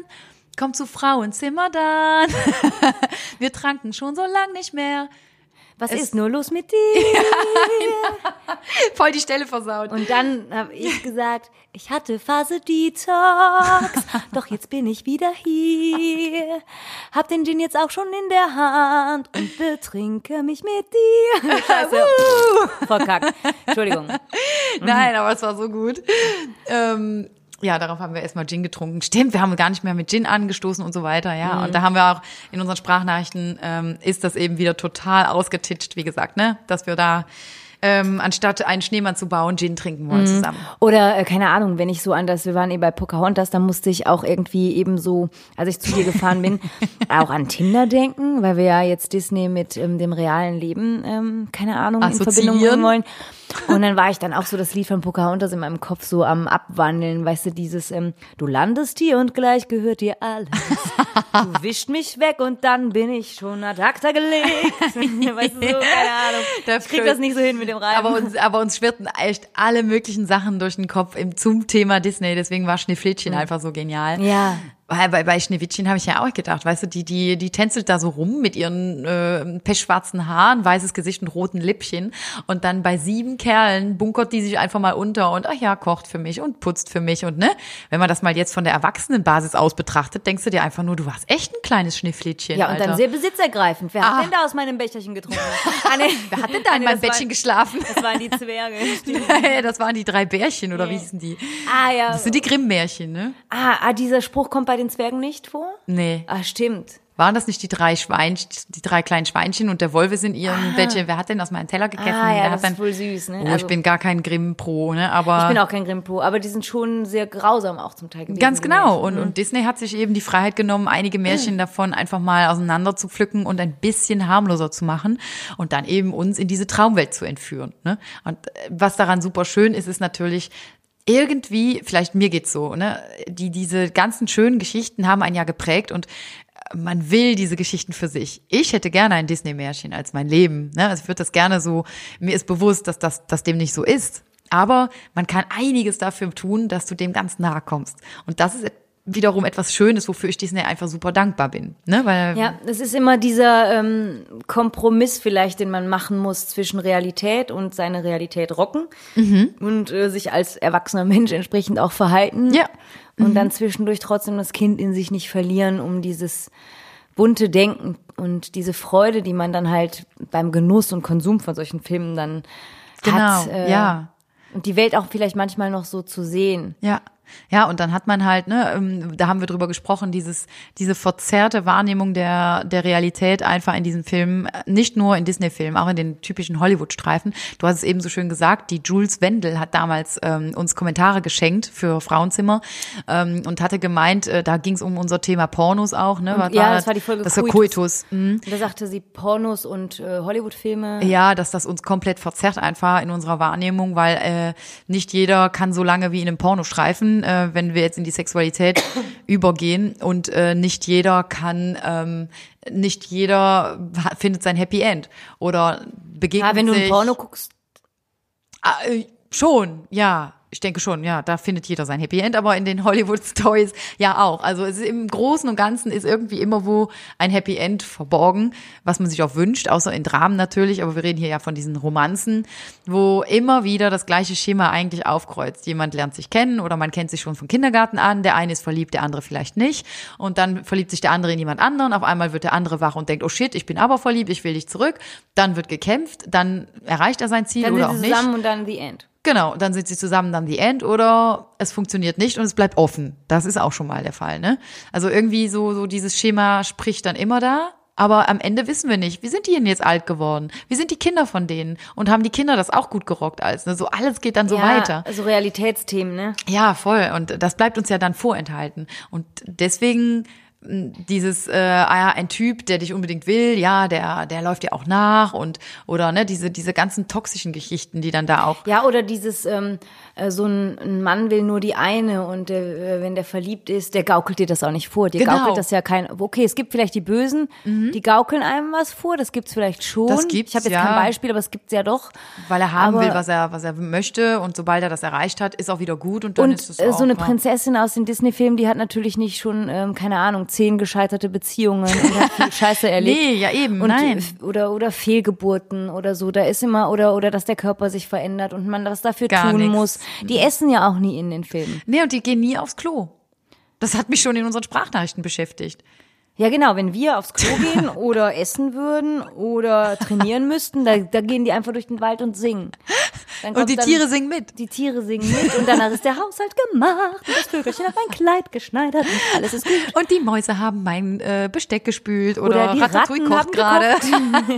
Komm zu Frauenzimmer dann. Wir tranken schon so lang nicht mehr. Was ist nur los mit dir? Voll die Stelle versaut. Und dann habe ich gesagt, ich hatte Phase Detox, doch jetzt bin ich wieder hier. Hab den Gin jetzt auch schon in der Hand und betrinke mich mit dir. Scheiße, verkackt. Entschuldigung. Nein, aber es war so gut. Ja, darauf haben wir erstmal Gin getrunken. Stimmt, wir haben gar nicht mehr mit Gin angestoßen und so weiter, ja. Und da haben wir auch in unseren Sprachnachrichten, ist das eben wieder total ausgetitscht, wie gesagt, ne, dass wir da anstatt einen Schneemann zu bauen, Gin trinken wollen zusammen. Oder, keine Ahnung, wenn ich so wir waren bei Pocahontas, da musste ich auch irgendwie eben so, als ich zu dir gefahren bin, auch an Tinder denken, weil wir ja jetzt Disney mit dem realen Leben, keine Ahnung, in Verbindung bringen wollen. Und dann war ich dann auch so das Lied von Pocahontas in meinem Kopf so am Abwandeln, weißt du, dieses, du landest hier und gleich gehört dir alles. Du wischt mich weg und dann bin ich schon ad acta gelegt. Weißt du, so, keine Ahnung. Ich krieg das nicht so hin mit dem Reimen. Aber uns schwirrten echt alle möglichen Sachen durch den Kopf zum Thema Disney, deswegen war Schneeflittchen einfach so genial. Ja. Bei Schneewittchen habe ich ja auch gedacht, weißt du, die tänzelt da so rum mit ihren pechschwarzen Haaren, weißes Gesicht und roten Lippchen und dann bei 7 Kerlen bunkert die sich einfach mal unter und ach ja, kocht für mich und putzt für mich und ne, wenn man das mal jetzt von der Erwachsenenbasis aus betrachtet, denkst du dir einfach nur, du warst echt ein kleines Schneeflittchen. Ja, und Alter. dann sehr besitzergreifend. Wer hat denn da aus meinem Becherchen getrunken? Wer hat denn da in meinem Bettchen geschlafen? Das waren die Zwerge. Das waren die 3 Bärchen oder wie hießen die? Ah ja. Das sind die Grimm-Märchen, ne? Dieser Spruch kommt bei den Zwergen nicht vor? Nee. Stimmt. Waren das nicht die 3 kleinen Schweinchen und der Wolf ist in ihrem Bettchen? Wer hat denn aus meinem Teller gegessen? Ja, das ist wohl süß, ne? Oh, ich bin gar kein Grimm-Pro, ne? Aber ich bin auch kein Grimm-Pro, aber die sind schon sehr grausam auch zum Teil gewesen. Ganz genau. Und Disney hat sich eben die Freiheit genommen, einige Märchen davon einfach mal auseinander zu pflücken und ein bisschen harmloser zu machen und dann eben uns in diese Traumwelt zu entführen, ne? Und was daran super schön ist, ist natürlich, irgendwie, vielleicht mir geht's so, ne? Diese ganzen schönen Geschichten haben einen ja geprägt und man will diese Geschichten für sich. Ich hätte gerne ein Disney-Märchen als mein Leben, ne? Also ich würde das gerne so, mir ist bewusst, dass das dem nicht so ist. Aber man kann einiges dafür tun, dass du dem ganz nahe kommst. Und das ist wiederum etwas Schönes, wofür ich Disney einfach super dankbar bin. Ne? Weil ja, es ist immer dieser Kompromiss vielleicht, den man machen muss zwischen Realität und seine Realität rocken und sich als erwachsener Mensch entsprechend auch verhalten. Ja. Und dann zwischendurch trotzdem das Kind in sich nicht verlieren, um dieses bunte Denken und diese Freude, die man dann halt beim Genuss und Konsum von solchen Filmen dann hat. Ja. Und die Welt auch vielleicht manchmal noch so zu sehen. Ja. Ja, und dann hat man halt, ne, da haben wir drüber gesprochen, diese verzerrte Wahrnehmung der Realität einfach in diesen Filmen, nicht nur in Disney-Filmen, auch in den typischen Hollywood-Streifen. Du hast es eben so schön gesagt, die Jules Wendel hat damals uns Kommentare geschenkt für Frauenzimmer und hatte gemeint, da ging es um unser Thema Pornos auch, ne? Das war die Folge das war Coitus. Da sagte sie Pornos und Hollywood-Filme. Ja, dass das uns komplett verzerrt einfach in unserer Wahrnehmung, weil nicht jeder kann so lange wie in einem Porno streifen, wenn wir jetzt in die Sexualität übergehen und nicht jeder findet sein Happy End oder begegnet sich. Wenn du ein Porno guckst. Schon, ja. Ich denke schon, ja, da findet jeder sein Happy End, aber in den Hollywood-Stories ja auch. Also es ist im Großen und Ganzen ist irgendwie immer wo ein Happy End verborgen, was man sich auch wünscht, außer in Dramen natürlich, aber wir reden hier ja von diesen Romanzen, wo immer wieder das gleiche Schema eigentlich aufkreuzt. Jemand lernt sich kennen oder man kennt sich schon vom Kindergarten an, der eine ist verliebt, der andere vielleicht nicht und dann verliebt sich der andere in jemand anderen, auf einmal wird der andere wach und denkt, oh shit, ich bin aber verliebt, ich will dich zurück, dann wird gekämpft, dann erreicht er sein Ziel dann oder auch nicht. nicht. Dann sind sie zusammen und dann the end. Genau, dann sind sie zusammen, dann the end oder es funktioniert nicht und es bleibt offen. Das ist auch schon mal der Fall, ne? Also irgendwie so dieses Schema spricht dann immer da, aber am Ende wissen wir nicht, wie sind die denn jetzt alt geworden? Wie sind die Kinder von denen? Und haben die Kinder das auch gut gerockt als, ne? So alles geht dann so weiter. Also Realitätsthemen, ne? Ja, voll. Und das bleibt uns ja dann vorenthalten. Und deswegen dieses ein Typ, der dich unbedingt will, ja, der läuft dir auch nach und oder ne diese ganzen toxischen Geschichten, die dann da auch ja oder dieses so ein Mann will nur die eine und wenn der verliebt ist, der gaukelt dir das auch nicht vor, gaukelt das ja kein, okay, es gibt vielleicht die Bösen, die gaukeln einem was vor, das gibt's vielleicht schon, das gibt's, ich habe jetzt kein Beispiel, aber es gibt's ja doch, weil er haben will, was er möchte und sobald er das erreicht hat, ist auch wieder gut und dann ist es auch so eine Prinzessin aus den Disney-Filmen, die hat natürlich nicht schon keine Ahnung 10 gescheiterte Beziehungen und hat viel Scheiße erlebt. Nee, ja eben, und, nein. Oder Fehlgeburten oder so. Da ist immer, oder dass der Körper sich verändert und man das dafür Gar tun nix. muss. Die essen ja auch nie in den Filmen. Nee, und die gehen nie aufs Klo. Das hat mich schon in unseren Sprachnachrichten beschäftigt. Ja, genau, wenn wir aufs Klo gehen oder essen würden oder trainieren müssten, da gehen die einfach durch den Wald und singen. Und die Tiere singen mit. Die Tiere singen mit und danach ist der Haushalt gemacht und das Vögelchen hat mein Kleid geschneidert und alles ist gut. Und die Mäuse haben mein Besteck gespült oder die Ratatouille Ratten kocht haben gerade.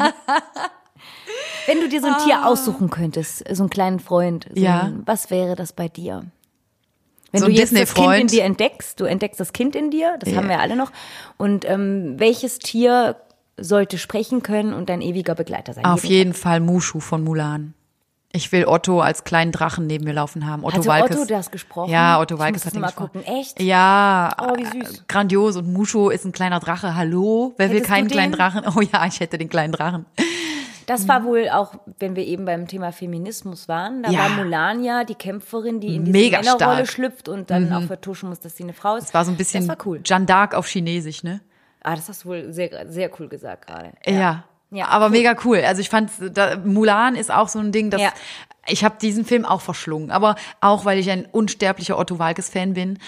Wenn du dir so ein Tier aussuchen könntest, so einen kleinen Freund, Ja. Was wäre das bei dir? Wenn So du ein jetzt das Kind in Disney-Freund. dir entdeckst, du entdeckst das Kind in dir, das haben wir alle noch. Und welches Tier sollte sprechen können und dein ewiger Begleiter sein? Auf jeden Fall Mushu von Mulan. Ich will Otto als kleinen Drachen neben mir laufen haben. Otto Hatte Walkes. Otto das gesprochen? Ja, Otto Ich Walkes muss hat das den mal gesprochen. gucken. Echt? Ja, Oh, wie süß. Grandios. Und Mushu ist ein kleiner Drache. Hallo? Wer will Hättest du keinen den? kleinen Drachen? Oh ja, ich hätte den kleinen Drachen. Das war wohl auch, wenn wir eben beim Thema Feminismus waren, da Ja. war Mulan ja die Kämpferin, die in diese Mega Männerrolle stark. schlüpft und dann auch vertuschen muss, dass sie eine Frau ist. Das war so ein bisschen Das war cool. Jeanne d'Arc auf Chinesisch, ne? Ah, das hast du wohl sehr, sehr cool gesagt gerade. Ja. Ja, Aber cool. mega cool. Also ich fand, Mulan ist auch so ein Ding, das Ja. ich habe diesen Film auch verschlungen, aber auch, weil ich ein unsterblicher Otto Walkes-Fan bin.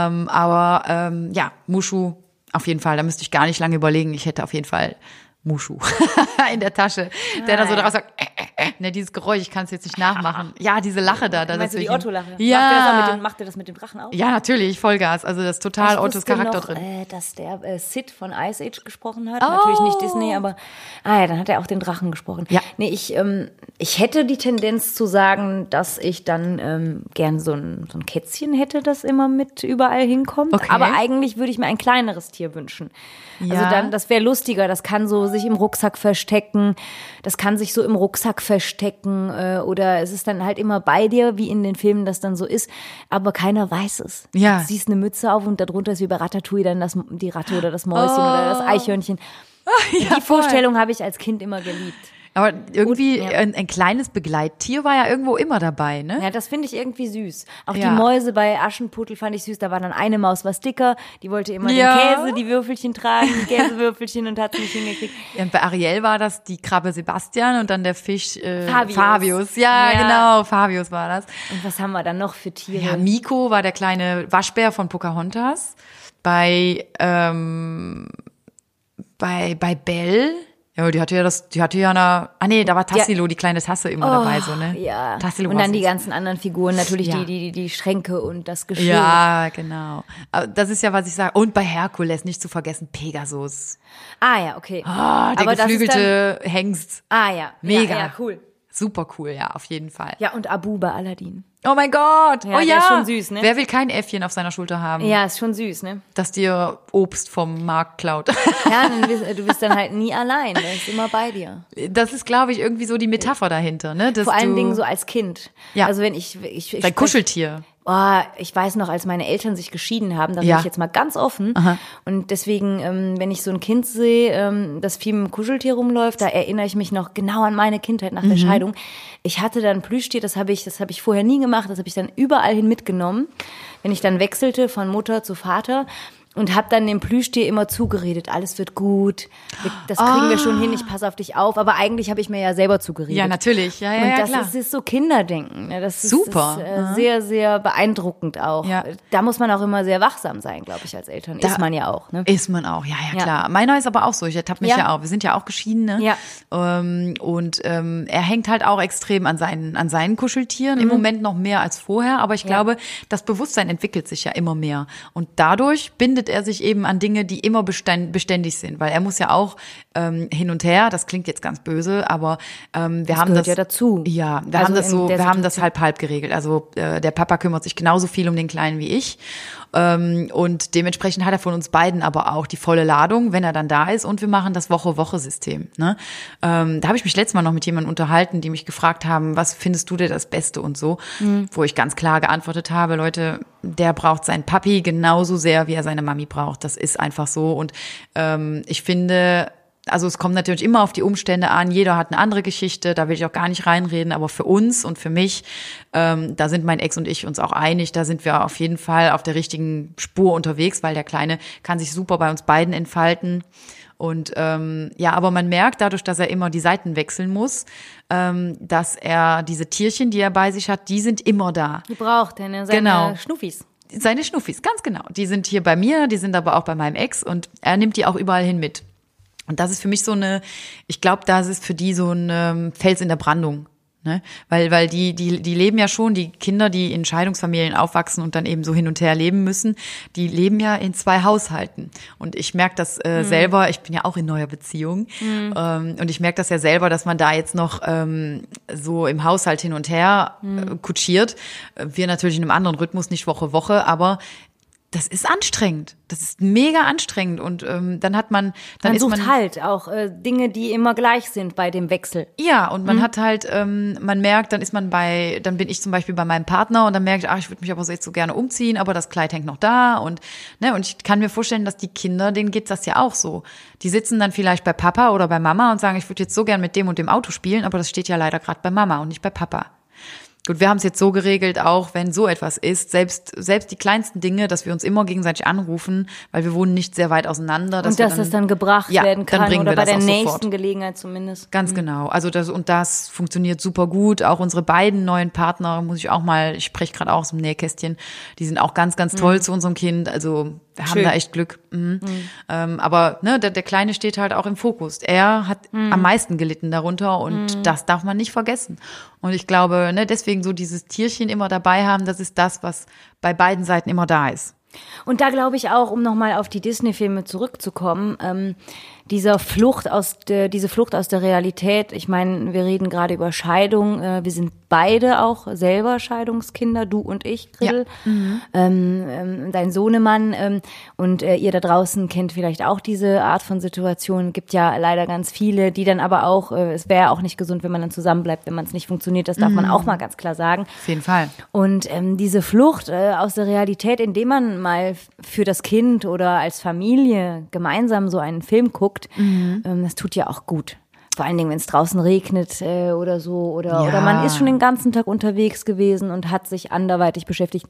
Mushu auf jeden Fall. Da müsste ich gar nicht lange überlegen. Ich hätte auf jeden Fall Mushu in der Tasche, der dann so daraus sagt, ne, dieses Geräusch, ich kann es jetzt nicht nachmachen. Ja, diese Lache da. Meinst du die dazwischen. Otto-Lache? Ja. Macht er das mit dem Drachen auch? Ja, natürlich, Vollgas. Also das ist total Ottos wusste Charakter noch, drin. dass der Sid von Ice Age gesprochen Oh. hat. Natürlich nicht Disney, aber dann hat er auch den Drachen gesprochen. Ja. Nee, ich hätte die Tendenz zu sagen, dass ich dann gern so ein Kätzchen hätte, das immer mit überall hinkommt. Okay. Aber eigentlich würde ich mir ein kleineres Tier wünschen. Also Ja. dann, das wäre lustiger, das kann so sich im Rucksack verstecken, das kann sich so im Rucksack verstecken oder es ist dann halt immer bei dir, wie in den Filmen das dann so ist, aber keiner weiß es. Ja. Du ziehst eine Mütze auf und darunter ist wie bei Ratatouille dann die Ratte oder das Mäuschen oder das Eichhörnchen. Ja, Die Vorstellung habe ich als Kind immer geliebt. Aber irgendwie Und, ja. ein kleines Begleittier war ja irgendwo immer dabei, ne? Ja, das finde ich irgendwie süß. Auch Ja. die Mäuse bei Aschenputtel fand ich süß. Da war dann eine Maus was dicker, die wollte immer Ja. den Käse, die Würfelchen tragen, die Käsewürfelchen und hat es nicht hingekriegt. Ja, und bei Ariel war das die Krabbe Sebastian und dann der Fisch Fabius. Fabius. Ja, Ja. genau, Fabius war das. Und was haben wir dann noch für Tiere? Ja, Miko war der kleine Waschbär von Pocahontas. Bei Belle, ja, die hatte ja da war Tassilo, die kleine Tasse immer dabei, so, ne? Ja. Tassilo Und war dann die süß. ganzen anderen Figuren, natürlich Ja. die Schränke und das Geschirr. Ja, genau. Aber das ist ja, was ich sage. Und bei Herkules, nicht zu vergessen, Pegasus. Ah ja, okay. Ah, der Aber das ist geflügelte Hengst. Ja. Mega. Ja, cool. Super cool, ja, auf jeden Fall. Ja, und Abu bei Aladdin. Oh mein Gott. Ja, oh der ja. ist schon süß, ne? Wer will kein Äffchen auf seiner Schulter haben, Ja, ist schon süß, ne? das dir Obst vom Markt klaut? Ja, du bist dann halt nie allein, der ist immer bei dir. Das ist, glaube ich, irgendwie so die Metapher dahinter, ne? Dass Vor allen du Dingen so als Kind. Ja. Also wenn ich dein Kuscheltier. Ich weiß noch, als meine Eltern sich geschieden haben, da bin Ja. ich jetzt mal ganz offen. Und deswegen, wenn ich so ein Kind sehe, das viel mit dem Kuscheltier rumläuft, da erinnere ich mich noch genau an meine Kindheit nach der Scheidung. Ich hatte dann ein Plüschtier, das habe ich vorher nie gemacht, das habe ich dann überall hin mitgenommen, wenn ich dann wechselte von Mutter zu Vater. Und hab dann dem Plüschtier immer zugeredet, alles wird gut, das kriegen wir schon hin, ich passe auf dich auf. Aber eigentlich habe ich mir ja selber zugeredet. Ja, natürlich. Ja, Und das klar. ist so Kinderdenken. Ne? Das ist, Super. Ist sehr, sehr beeindruckend auch. Ja. Da muss man auch immer sehr wachsam sein, glaube ich, als Eltern. Ist man ja auch. Ne? Ist man auch, ja, Ja. klar. Meiner ist aber auch so, ich ertappe mich Ja. ja auch. Wir sind ja auch geschieden, ne? Ja. Er hängt halt auch extrem an seinen Kuscheltieren, im Moment noch mehr als vorher, aber ich glaube, das Bewusstsein entwickelt sich ja immer mehr. Und dadurch bindet er sich eben an Dinge, die immer beständig sind, weil er muss ja auch hin und her, das klingt jetzt ganz böse, aber wir haben gehört das ja dazu. Ja, wir Also haben das in so, der wir haben das halb geregelt. Also der Papa kümmert sich genauso viel um den Kleinen wie ich. Und dementsprechend hat er von uns beiden aber auch die volle Ladung, wenn er dann da ist. Und wir machen das Woche-Woche-System. Ne? Da habe ich mich letztes Mal noch mit jemandem unterhalten, die mich gefragt haben, was findest du denn das Beste und so, wo ich ganz klar geantwortet habe, Leute, der braucht seinen Papi genauso sehr, wie er seine Mami braucht. Das ist einfach so. Und ich finde, also es kommt natürlich immer auf die Umstände an, jeder hat eine andere Geschichte, da will ich auch gar nicht reinreden, aber für uns und für mich, da sind mein Ex und ich uns auch einig, da sind wir auf jeden Fall auf der richtigen Spur unterwegs, weil der Kleine kann sich super bei uns beiden entfalten. Und aber man merkt dadurch, dass er immer die Seiten wechseln muss, dass er diese Tierchen, die er bei sich hat, die sind immer da. Die braucht er, ne? Seine Schnuffis. Seine Schnuffis, ganz genau. Die sind hier bei mir, die sind aber auch bei meinem Ex und er nimmt die auch überall hin mit. Und das ist für mich ich glaube, das ist für die so ein Fels in der Brandung. Ne? Weil die leben ja schon, die Kinder, die in Scheidungsfamilien aufwachsen und dann eben so hin und her leben müssen, die leben ja in 2 Haushalten. Und ich merke das selber, ich bin ja auch in neuer Beziehung, und ich merke das ja selber, dass man da jetzt noch so im Haushalt hin und her kutschiert. Wir natürlich in einem anderen Rhythmus, nicht Woche, aber das ist anstrengend. Das ist mega anstrengend und dann hat man... Man sucht halt auch Dinge, die immer gleich sind bei dem Wechsel. Ja, und man hat halt, man merkt, dann bin ich zum Beispiel bei meinem Partner und dann merke ich, ich würde mich aber jetzt so gerne umziehen, aber das Kleid hängt noch da und ich kann mir vorstellen, dass die Kinder, denen geht's das ja auch so. Die sitzen dann vielleicht bei Papa oder bei Mama und sagen, ich würde jetzt so gern mit dem und dem Auto spielen, aber das steht ja leider gerade bei Mama und nicht bei Papa. Gut, wir haben es jetzt so geregelt, auch wenn so etwas ist, selbst die kleinsten Dinge, dass wir uns immer gegenseitig anrufen, weil wir wohnen nicht sehr weit auseinander. Und dass das dann gebracht werden kann oder bei der nächsten Gelegenheit zumindest. Ganz genau. Also das funktioniert super gut. Auch unsere beiden neuen Partner, ich spreche gerade auch aus dem Nähkästchen, die sind auch ganz, ganz toll zu unserem Kind. Also wir haben da echt Glück. Aber der Kleine steht halt auch im Fokus. Er hat am meisten gelitten darunter und das darf man nicht vergessen. Und ich glaube, deswegen so dieses Tierchen immer dabei haben, das ist das, was bei beiden Seiten immer da ist. Und da glaube ich auch, um nochmal auf die Disney-Filme zurückzukommen, diese Flucht aus der Realität. Ich meine, wir reden gerade über Scheidung. Wir sind beide auch selber Scheidungskinder, du und ich, Grill. Ja. Dein Sohnemann. Und ihr da draußen kennt vielleicht auch diese Art von Situation. Gibt ja leider ganz viele, die dann aber auch, es wäre auch nicht gesund, wenn man dann zusammenbleibt, wenn man es nicht funktioniert. Das darf man auch mal ganz klar sagen. Auf jeden Fall. Und diese Flucht aus der Realität, indem man mal für das Kind oder als Familie gemeinsam so einen Film guckt, das tut ja auch gut. Vor allen Dingen, wenn es draußen regnet oder so. Oder man ist schon den ganzen Tag unterwegs gewesen und hat sich anderweitig beschäftigt.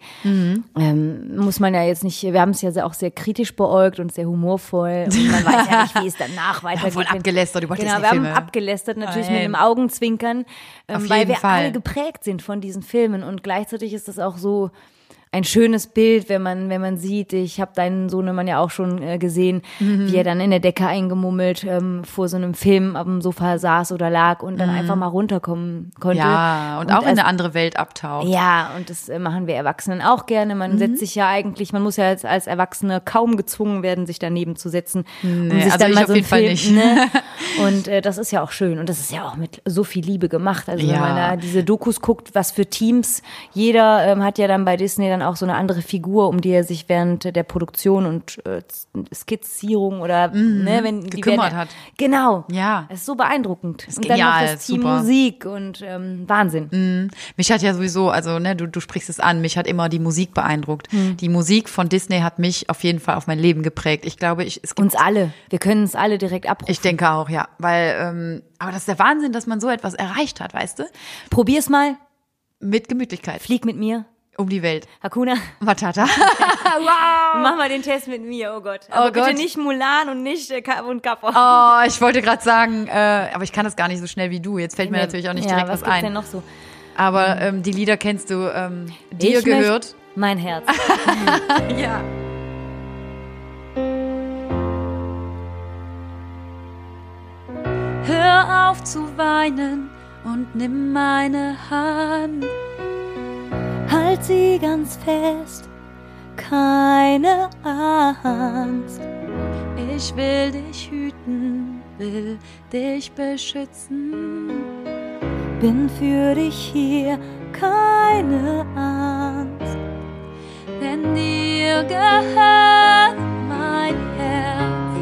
Muss man ja jetzt nicht, wir haben es ja auch sehr kritisch beäugt und sehr humorvoll. Und man weiß ja nicht, wie es danach weitergeht. Wir haben voll abgelästert über Disney-Filme. Genau, wir haben abgelästert, natürlich mit einem Augenzwinkern, weil wir alle geprägt sind von diesen Filmen. Und gleichzeitig ist das auch so ein schönes Bild, wenn man sieht, ich habe deinen Sohnemann ja auch schon gesehen, wie er dann in der Decke eingemummelt vor so einem Film auf dem Sofa saß oder lag und dann einfach mal runterkommen konnte. Ja, und auch in eine andere Welt abtaucht. Ja, und das machen wir Erwachsenen auch gerne. Man setzt sich ja eigentlich, man muss ja als Erwachsene kaum gezwungen werden, sich daneben zu setzen. Nee, sich dann mal so einen Film, nicht. Ne? Und das ist ja auch schön. Und das ist ja auch mit so viel Liebe gemacht. Also wenn man da diese Dokus guckt, was für Teams, jeder hat ja dann bei Disney dann auch so eine andere Figur, um die er sich während der Produktion und Skizzierung oder wenn gekümmert hat. Genau. Ja. Es ist so beeindruckend. Ist und genial, dann noch das Team super. Musik und Wahnsinn. Mich hat ja sowieso, also du sprichst es an, mich hat immer die Musik beeindruckt. Die Musik von Disney hat mich auf jeden Fall auf mein Leben geprägt. Ich glaube, es gibt uns alle. Wir können es alle direkt abrufen. Ich denke auch, ja. Weil, aber das ist der Wahnsinn, dass man so etwas erreicht hat, weißt du? Probier's mal. Mit Gemütlichkeit. Flieg mit mir. Um die Welt. Hakuna Matata. Wow. Mach mal den Test mit mir, oh Gott. Aber bitte nicht Mulan und nicht und Kappa. Oh, ich wollte gerade sagen, aber ich kann das gar nicht so schnell wie du. Jetzt fällt mir natürlich auch nicht direkt was ein. Was gibt's denn noch so? Aber die Lieder kennst du, dir gehört. Mein Herz. Ja. Hör auf zu weinen und nimm meine Hand. Halt sie ganz fest, keine Angst. Ich will dich hüten, will dich beschützen. Bin für dich hier, keine Angst. Denn dir gehört mein Herz.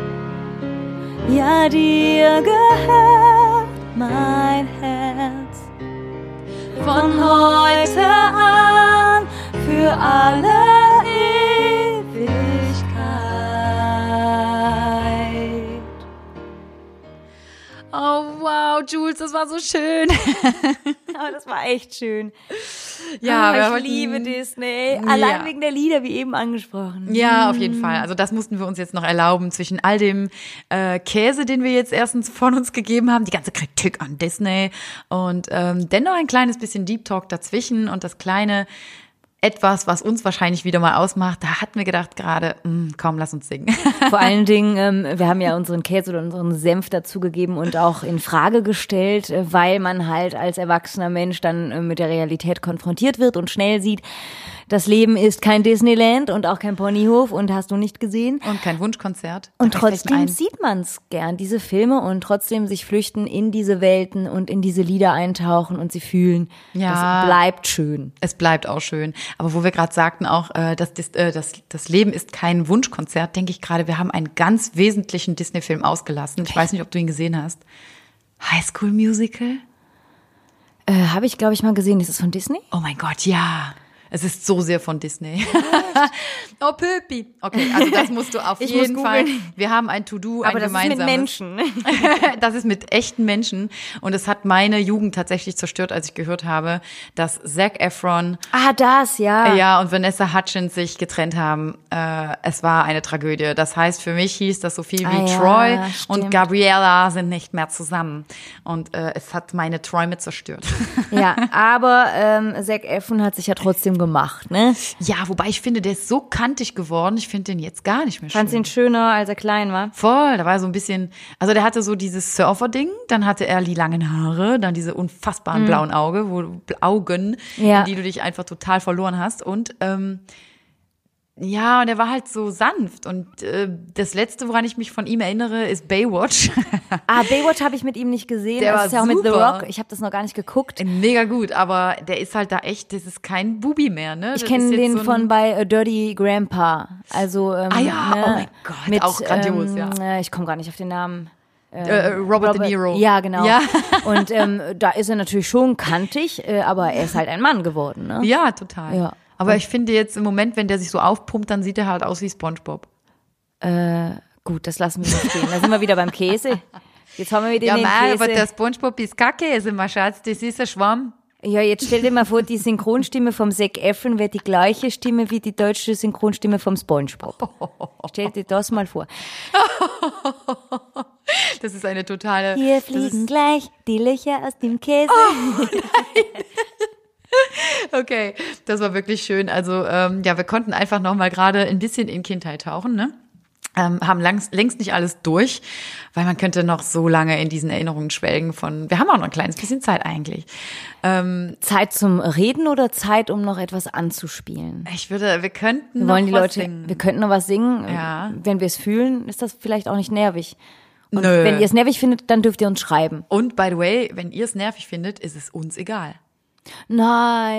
Ja, dir gehört mein Herz. Von heute an, für alle Ewigkeit. Jules, das war so schön. Aber das war echt schön. Ja, ich liebe Disney. Allein wegen der Lieder, wie eben angesprochen. Ja, auf jeden Fall. Also das mussten wir uns jetzt noch erlauben, zwischen all dem Käse, den wir jetzt erstens von uns gegeben haben, die ganze Kritik an Disney und dennoch ein kleines bisschen Deep Talk dazwischen und das kleine etwas, was uns wahrscheinlich wieder mal ausmacht, da hatten wir gedacht gerade, komm, lass uns singen. Vor allen Dingen, wir haben ja unseren Käse oder unseren Senf dazugegeben und auch in Frage gestellt, weil man halt als erwachsener Mensch dann mit der Realität konfrontiert wird und schnell sieht, das Leben ist kein Disneyland und auch kein Ponyhof und hast du nicht gesehen. Und kein Wunschkonzert. Und trotzdem sieht man es gern, diese Filme, und trotzdem sich flüchten in diese Welten und in diese Lieder eintauchen und sie fühlen. Ja. Es bleibt schön. Es bleibt auch schön. Aber wo wir gerade sagten auch, das Leben ist kein Wunschkonzert, denke ich gerade, wir haben einen ganz wesentlichen Disney-Film ausgelassen. Ich weiß nicht, ob du ihn gesehen hast. High School Musical? Habe ich, glaube ich, mal gesehen. Ist es von Disney? Oh mein Gott, ja. Es ist so sehr von Disney. Oh, Pöpi. Okay, also das musst du auf jeden Fall. Wir haben ein To-Do, ein gemeinsames. Aber das ist mit Menschen. Das ist mit echten Menschen. Und es hat meine Jugend tatsächlich zerstört, als ich gehört habe, dass Zac Efron ja, und Vanessa Hudgens sich getrennt haben. Es war eine Tragödie. Das heißt, für mich hieß das so viel wie Troy und Gabriella sind nicht mehr zusammen. Und es hat meine Träume zerstört. Ja, aber Zac Efron hat sich ja trotzdem gemacht, ne? Ja, wobei ich finde, der ist so kantig geworden. Ich finde den jetzt gar nicht mehr schön. Fandst du ihn schöner, als er klein war? Voll, da war so ein bisschen, also der hatte so dieses Surfer-Ding, dann hatte er die langen Haare, dann diese unfassbaren blauen Augen, in die du dich einfach total verloren hast und ja, und er war halt so sanft. Und das Letzte, woran ich mich von ihm erinnere, ist Baywatch. Baywatch habe ich mit ihm nicht gesehen. Der das war ist ja auch super. mit The Rock. Ich habe das noch gar nicht geguckt. Mega gut, aber der ist halt da echt, das ist kein Bubi mehr, ne? Ich kenne den von bei Dirty Grandpa. Also oh mein Gott, mit, auch grandios, ja. Ich komme gar nicht auf den Namen. Robert De Niro. Ja, genau. Ja. Und da ist er natürlich schon kantig, aber er ist halt ein Mann geworden, ne? Ja, total. Ja. Aber ich finde jetzt im Moment, wenn der sich so aufpumpt, dann sieht er halt aus wie SpongeBob. Gut, das lassen wir nicht stehen. Da sind wir wieder beim Käse. Jetzt haben wir wieder den Käse. Aber der SpongeBob ist Kackäse, mein Schatz. Das ist ein Schwamm. Ja, jetzt stell dir mal vor, die Synchronstimme vom Zac Efron wäre die gleiche Stimme wie die deutsche Synchronstimme vom SpongeBob. Stell dir das mal vor. Das ist eine totale... Hier fliegen gleich die Löcher aus dem Käse. Oh, okay, das war wirklich schön. Also wir konnten einfach noch mal gerade ein bisschen in Kindheit tauchen, ne? Haben längst nicht alles durch, weil man könnte noch so lange in diesen Erinnerungen schwelgen wir haben auch noch ein kleines bisschen Zeit eigentlich. Zeit zum Reden oder Zeit, um noch etwas anzuspielen? Wir könnten noch was singen. Wir könnten noch was singen. Ja. Wenn wir es fühlen, ist das vielleicht auch nicht nervig. Und Nö. wenn ihr es nervig findet, dann dürft ihr uns schreiben. Und by the way, wenn ihr es nervig findet, ist es uns egal. Nein.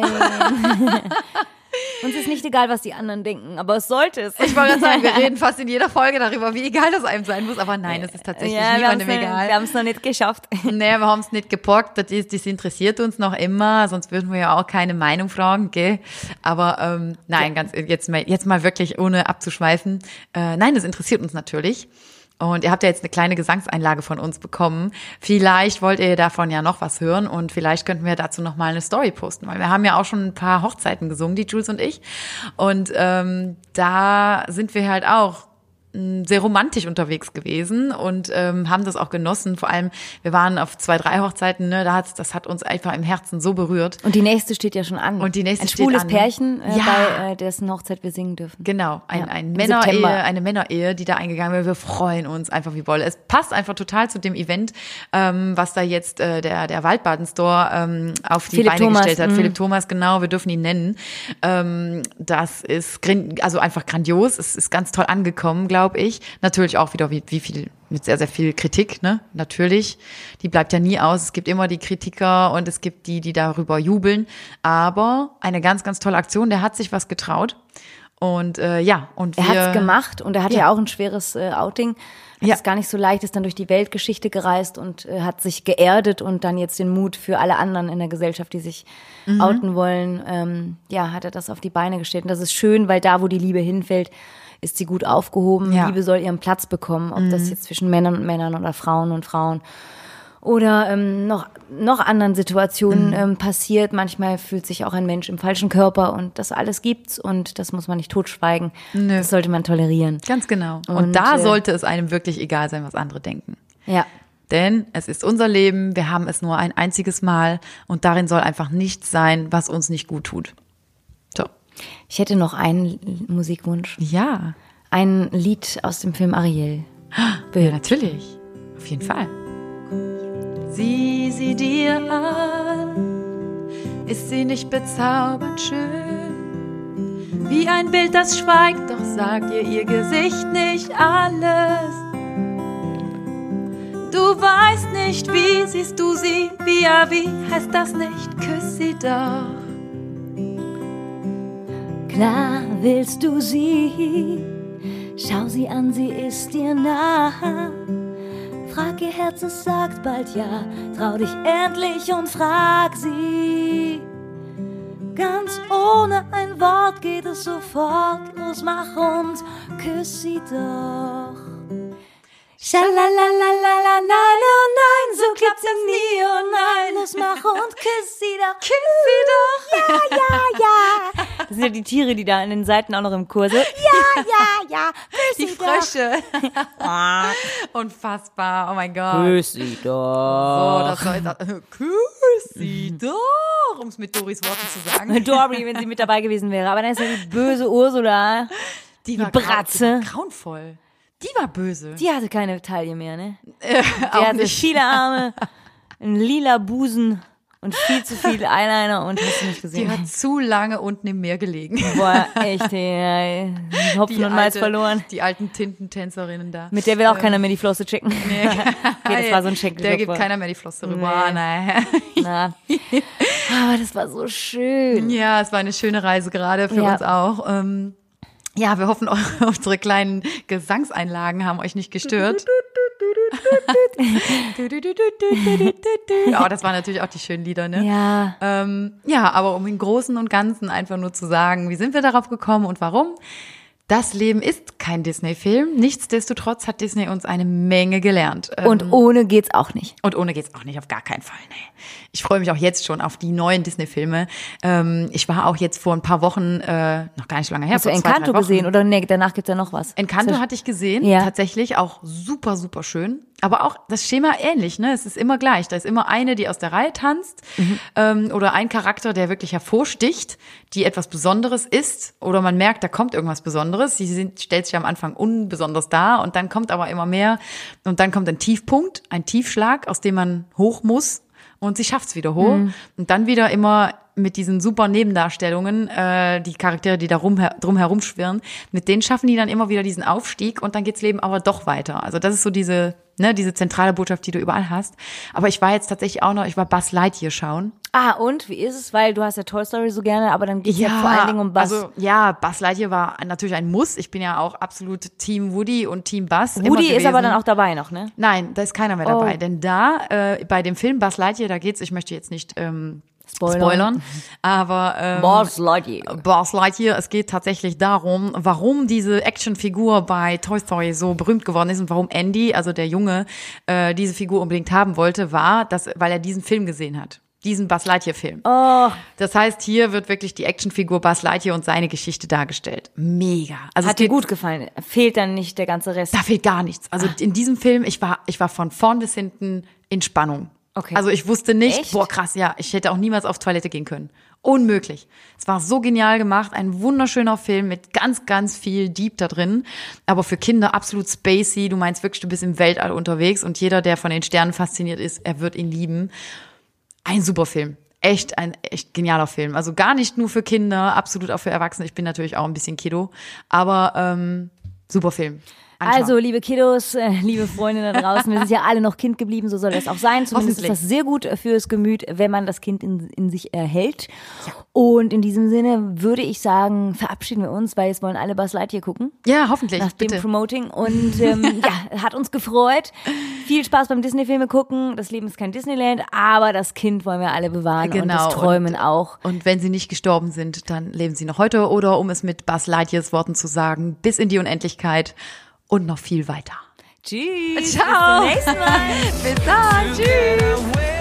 Uns ist nicht egal, was die anderen denken, aber es sollte es. Ich wollte gerade sagen, wir reden fast in jeder Folge darüber, wie egal das einem sein muss, aber nein, das ist tatsächlich niemandem egal. Wir haben es noch nicht geschafft. Nee, wir haben es nicht gepackt, das interessiert uns noch immer, sonst würden wir ja auch keine Meinung fragen, gell? Aber nein, jetzt mal wirklich ohne abzuschweifen. Nein, das interessiert uns natürlich. Und ihr habt ja jetzt eine kleine Gesangseinlage von uns bekommen. Vielleicht wollt ihr davon ja noch was hören und vielleicht könnten wir dazu noch mal eine Story posten, weil wir haben ja auch schon ein paar Hochzeiten gesungen, die Jules und ich. Und da sind wir halt auch sehr romantisch unterwegs gewesen und haben das auch genossen. Vor allem, wir waren auf 2, 3 Hochzeiten, ne, das hat uns einfach im Herzen so berührt. Und die nächste steht ja schon an. Und die nächste ein steht schwules an. Pärchen, bei dessen Hochzeit wir singen dürfen. Genau, eine Männerehe, die da eingegangen wird. Wir freuen uns einfach wie Wolle. Es passt einfach total zu dem Event, was da jetzt der Waldbaden-Store auf die Philipp Beine Thomas, gestellt hat. Philipp Thomas, genau, wir dürfen ihn nennen. Das ist also einfach grandios. Es ist ganz toll angekommen, glaube ich. Natürlich auch wieder mit sehr, sehr viel Kritik, ne? Natürlich. Die bleibt ja nie aus. Es gibt immer die Kritiker und es gibt die darüber jubeln. Aber eine ganz, ganz tolle Aktion. Der hat sich was getraut. Und er hat's gemacht und er hatte ja auch ein schweres Outing. Es ist gar nicht so leicht, ist dann durch die Weltgeschichte gereist und hat sich geerdet und dann jetzt den Mut für alle anderen in der Gesellschaft, die sich outen wollen, hat er das auf die Beine gestellt. Und das ist schön, weil da, wo die Liebe hinfällt, ist sie gut aufgehoben. Ja. Liebe soll ihren Platz bekommen, ob das jetzt zwischen Männern und Männern oder Frauen und Frauen oder noch anderen Situationen passiert. Manchmal fühlt sich auch ein Mensch im falschen Körper und das alles gibt's und das muss man nicht totschweigen. Nö. Das sollte man tolerieren. Ganz genau. Und da sollte es einem wirklich egal sein, was andere denken. Ja. Denn es ist unser Leben, wir haben es nur ein einziges Mal und darin soll einfach nichts sein, was uns nicht gut tut. So. Ich hätte noch einen Musikwunsch. Ja. Ein Lied aus dem Film Ariel. Ja, natürlich. Auf jeden Fall. Sieh sie dir an, ist sie nicht bezaubernd schön? Wie ein Bild, das schweigt, doch sagt ihr Gesicht nicht alles. Du weißt nicht, wie siehst du sie, wie heißt das nicht, küss sie doch. Klar willst du sie, schau sie an, sie ist dir nah. Frag ihr Herz, es sagt bald ja, trau dich endlich und frag sie. Ganz ohne ein Wort geht es sofort los, mach und küss sie doch. Schalalalala, nein, oh nein, so klappt's ja nie, oh nein. Los, mach und küss sie doch. Küss sie doch. Ja, ja, ja. Das sind ja die Tiere, die da an den Seiten auch noch im Chor sind. Ja, ja, ja. Küss die sie Frösche. Unfassbar, oh mein Gott. Küss sie doch. So, das soll jetzt, küss sie doch, um es mit Doris Worten zu sagen. Dory, wenn sie mit dabei gewesen wäre. Aber dann ist ja die böse Ursula. Die Bratze. Grauenvoll. Die war böse. Die hatte keine Taille mehr, ne? Die hatte nicht. viele Arme, einen lila Busen und viel zu viel Eyeliner und hast du nicht gesehen. Die hat zu lange unten im Meer gelegen. Boah, echt, ey. Hopfen und Malz verloren. Die alten Tintentänzerinnen da. Mit der will auch keiner mehr die Flosse checken. Nee. Okay, das war so ein Schenkel. Der gibt keiner mehr die Flosse rüber. Nee. Na. Aber das war so schön. Ja, es war eine schöne Reise gerade für uns auch. Ja, wir hoffen, unsere kleinen Gesangseinlagen haben euch nicht gestört. Ja, das waren natürlich auch die schönen Lieder, ne? Ja. Ja, aber um im Großen und Ganzen einfach nur zu sagen, wie sind wir darauf gekommen und warum? Das Leben ist kein Disney-Film. Nichtsdestotrotz hat Disney uns eine Menge gelernt. Und ohne geht's auch nicht. Und ohne geht's auch nicht, auf gar keinen Fall. Nee. Ich freue mich auch jetzt schon auf die neuen Disney-Filme. Ich war auch jetzt vor ein paar Wochen, noch gar nicht so lange her. Hast du Encanto gesehen? Oder nee, danach gibt's ja noch was. Encanto hatte ich gesehen, ja. Tatsächlich auch super, super schön. Aber auch das Schema ähnlich, ne? Es ist immer gleich. Da ist immer eine, die aus der Reihe tanzt, oder ein Charakter, der wirklich hervorsticht, die etwas Besonderes ist, oder man merkt, da kommt irgendwas Besonderes. Sie stellt sich am Anfang unbesonders dar und dann kommt aber immer mehr und dann kommt ein Tiefpunkt, ein Tiefschlag, aus dem man hoch muss und sie schafft's wieder hoch und dann wieder immer mit diesen super Nebendarstellungen, die Charaktere, die da drumherum schwirren, mit denen schaffen die dann immer wieder diesen Aufstieg und dann geht's Leben aber doch weiter. Also das ist so diese zentrale Botschaft, die du überall hast. Aber ich war jetzt tatsächlich auch noch, ich war Buzz Lightyear schauen. Ah, und? Wie ist es? Weil du hast ja Toy Story so gerne, aber dann geht's ja vor allen Dingen um Buzz. Also, ja, Buzz Lightyear war natürlich ein Muss. Ich bin ja auch absolut Team Woody und Team Buzz. Woody ist aber dann auch dabei noch, ne? Nein, da ist keiner mehr dabei. Denn bei dem Film Buzz Lightyear, da geht's, ich möchte jetzt nicht spoilern, aber Buzz Lightyear. Es geht tatsächlich darum, warum diese Actionfigur bei Toy Story so berühmt geworden ist und warum Andy, also der Junge, diese Figur unbedingt haben wollte, weil er diesen Film gesehen hat. Diesen Buzz Lightyear-Film. Oh. Das heißt, hier wird wirklich die Actionfigur Buzz Lightyear und seine Geschichte dargestellt. Mega. Also hat dir gut gefallen? Fehlt dann nicht der ganze Rest? Da fehlt gar nichts. Also in diesem Film, ich war von vorn bis hinten in Spannung. Okay. Also ich wusste nicht, Echt? Boah krass, ja, ich hätte auch niemals auf Toilette gehen können. Unmöglich. Es war so genial gemacht, ein wunderschöner Film mit ganz, ganz viel Deep da drin, aber für Kinder absolut spacey. Du meinst wirklich, du bist im Weltall unterwegs und jeder, der von den Sternen fasziniert ist, er wird ihn lieben. Ein super Film. Ein echt genialer Film. Also gar nicht nur für Kinder, absolut auch für Erwachsene. Ich bin natürlich auch ein bisschen Kiddo, aber super Film. Anschauen. Also, liebe Kiddos, liebe Freunde da draußen, wir sind ja alle noch Kind geblieben, so soll das auch sein. Zumindest ist das sehr gut fürs Gemüt, wenn man das Kind in sich erhält. Ja. Und in diesem Sinne würde ich sagen, verabschieden wir uns, weil jetzt wollen alle Buzz Lightyear gucken. Ja, hoffentlich. Nach bitte. dem Promoting. Und ja, hat uns gefreut. Viel Spaß beim Disney-Filme gucken. Das Leben ist kein Disneyland, aber das Kind wollen wir alle bewahren und das Träumen auch. Und wenn sie nicht gestorben sind, dann leben sie noch heute oder, um es mit Buzz Lightyears Worten zu sagen, bis in die Unendlichkeit. Und noch viel weiter. Tschüss. Ciao. Bis zum nächsten Mal. Bis dann. Tschüss.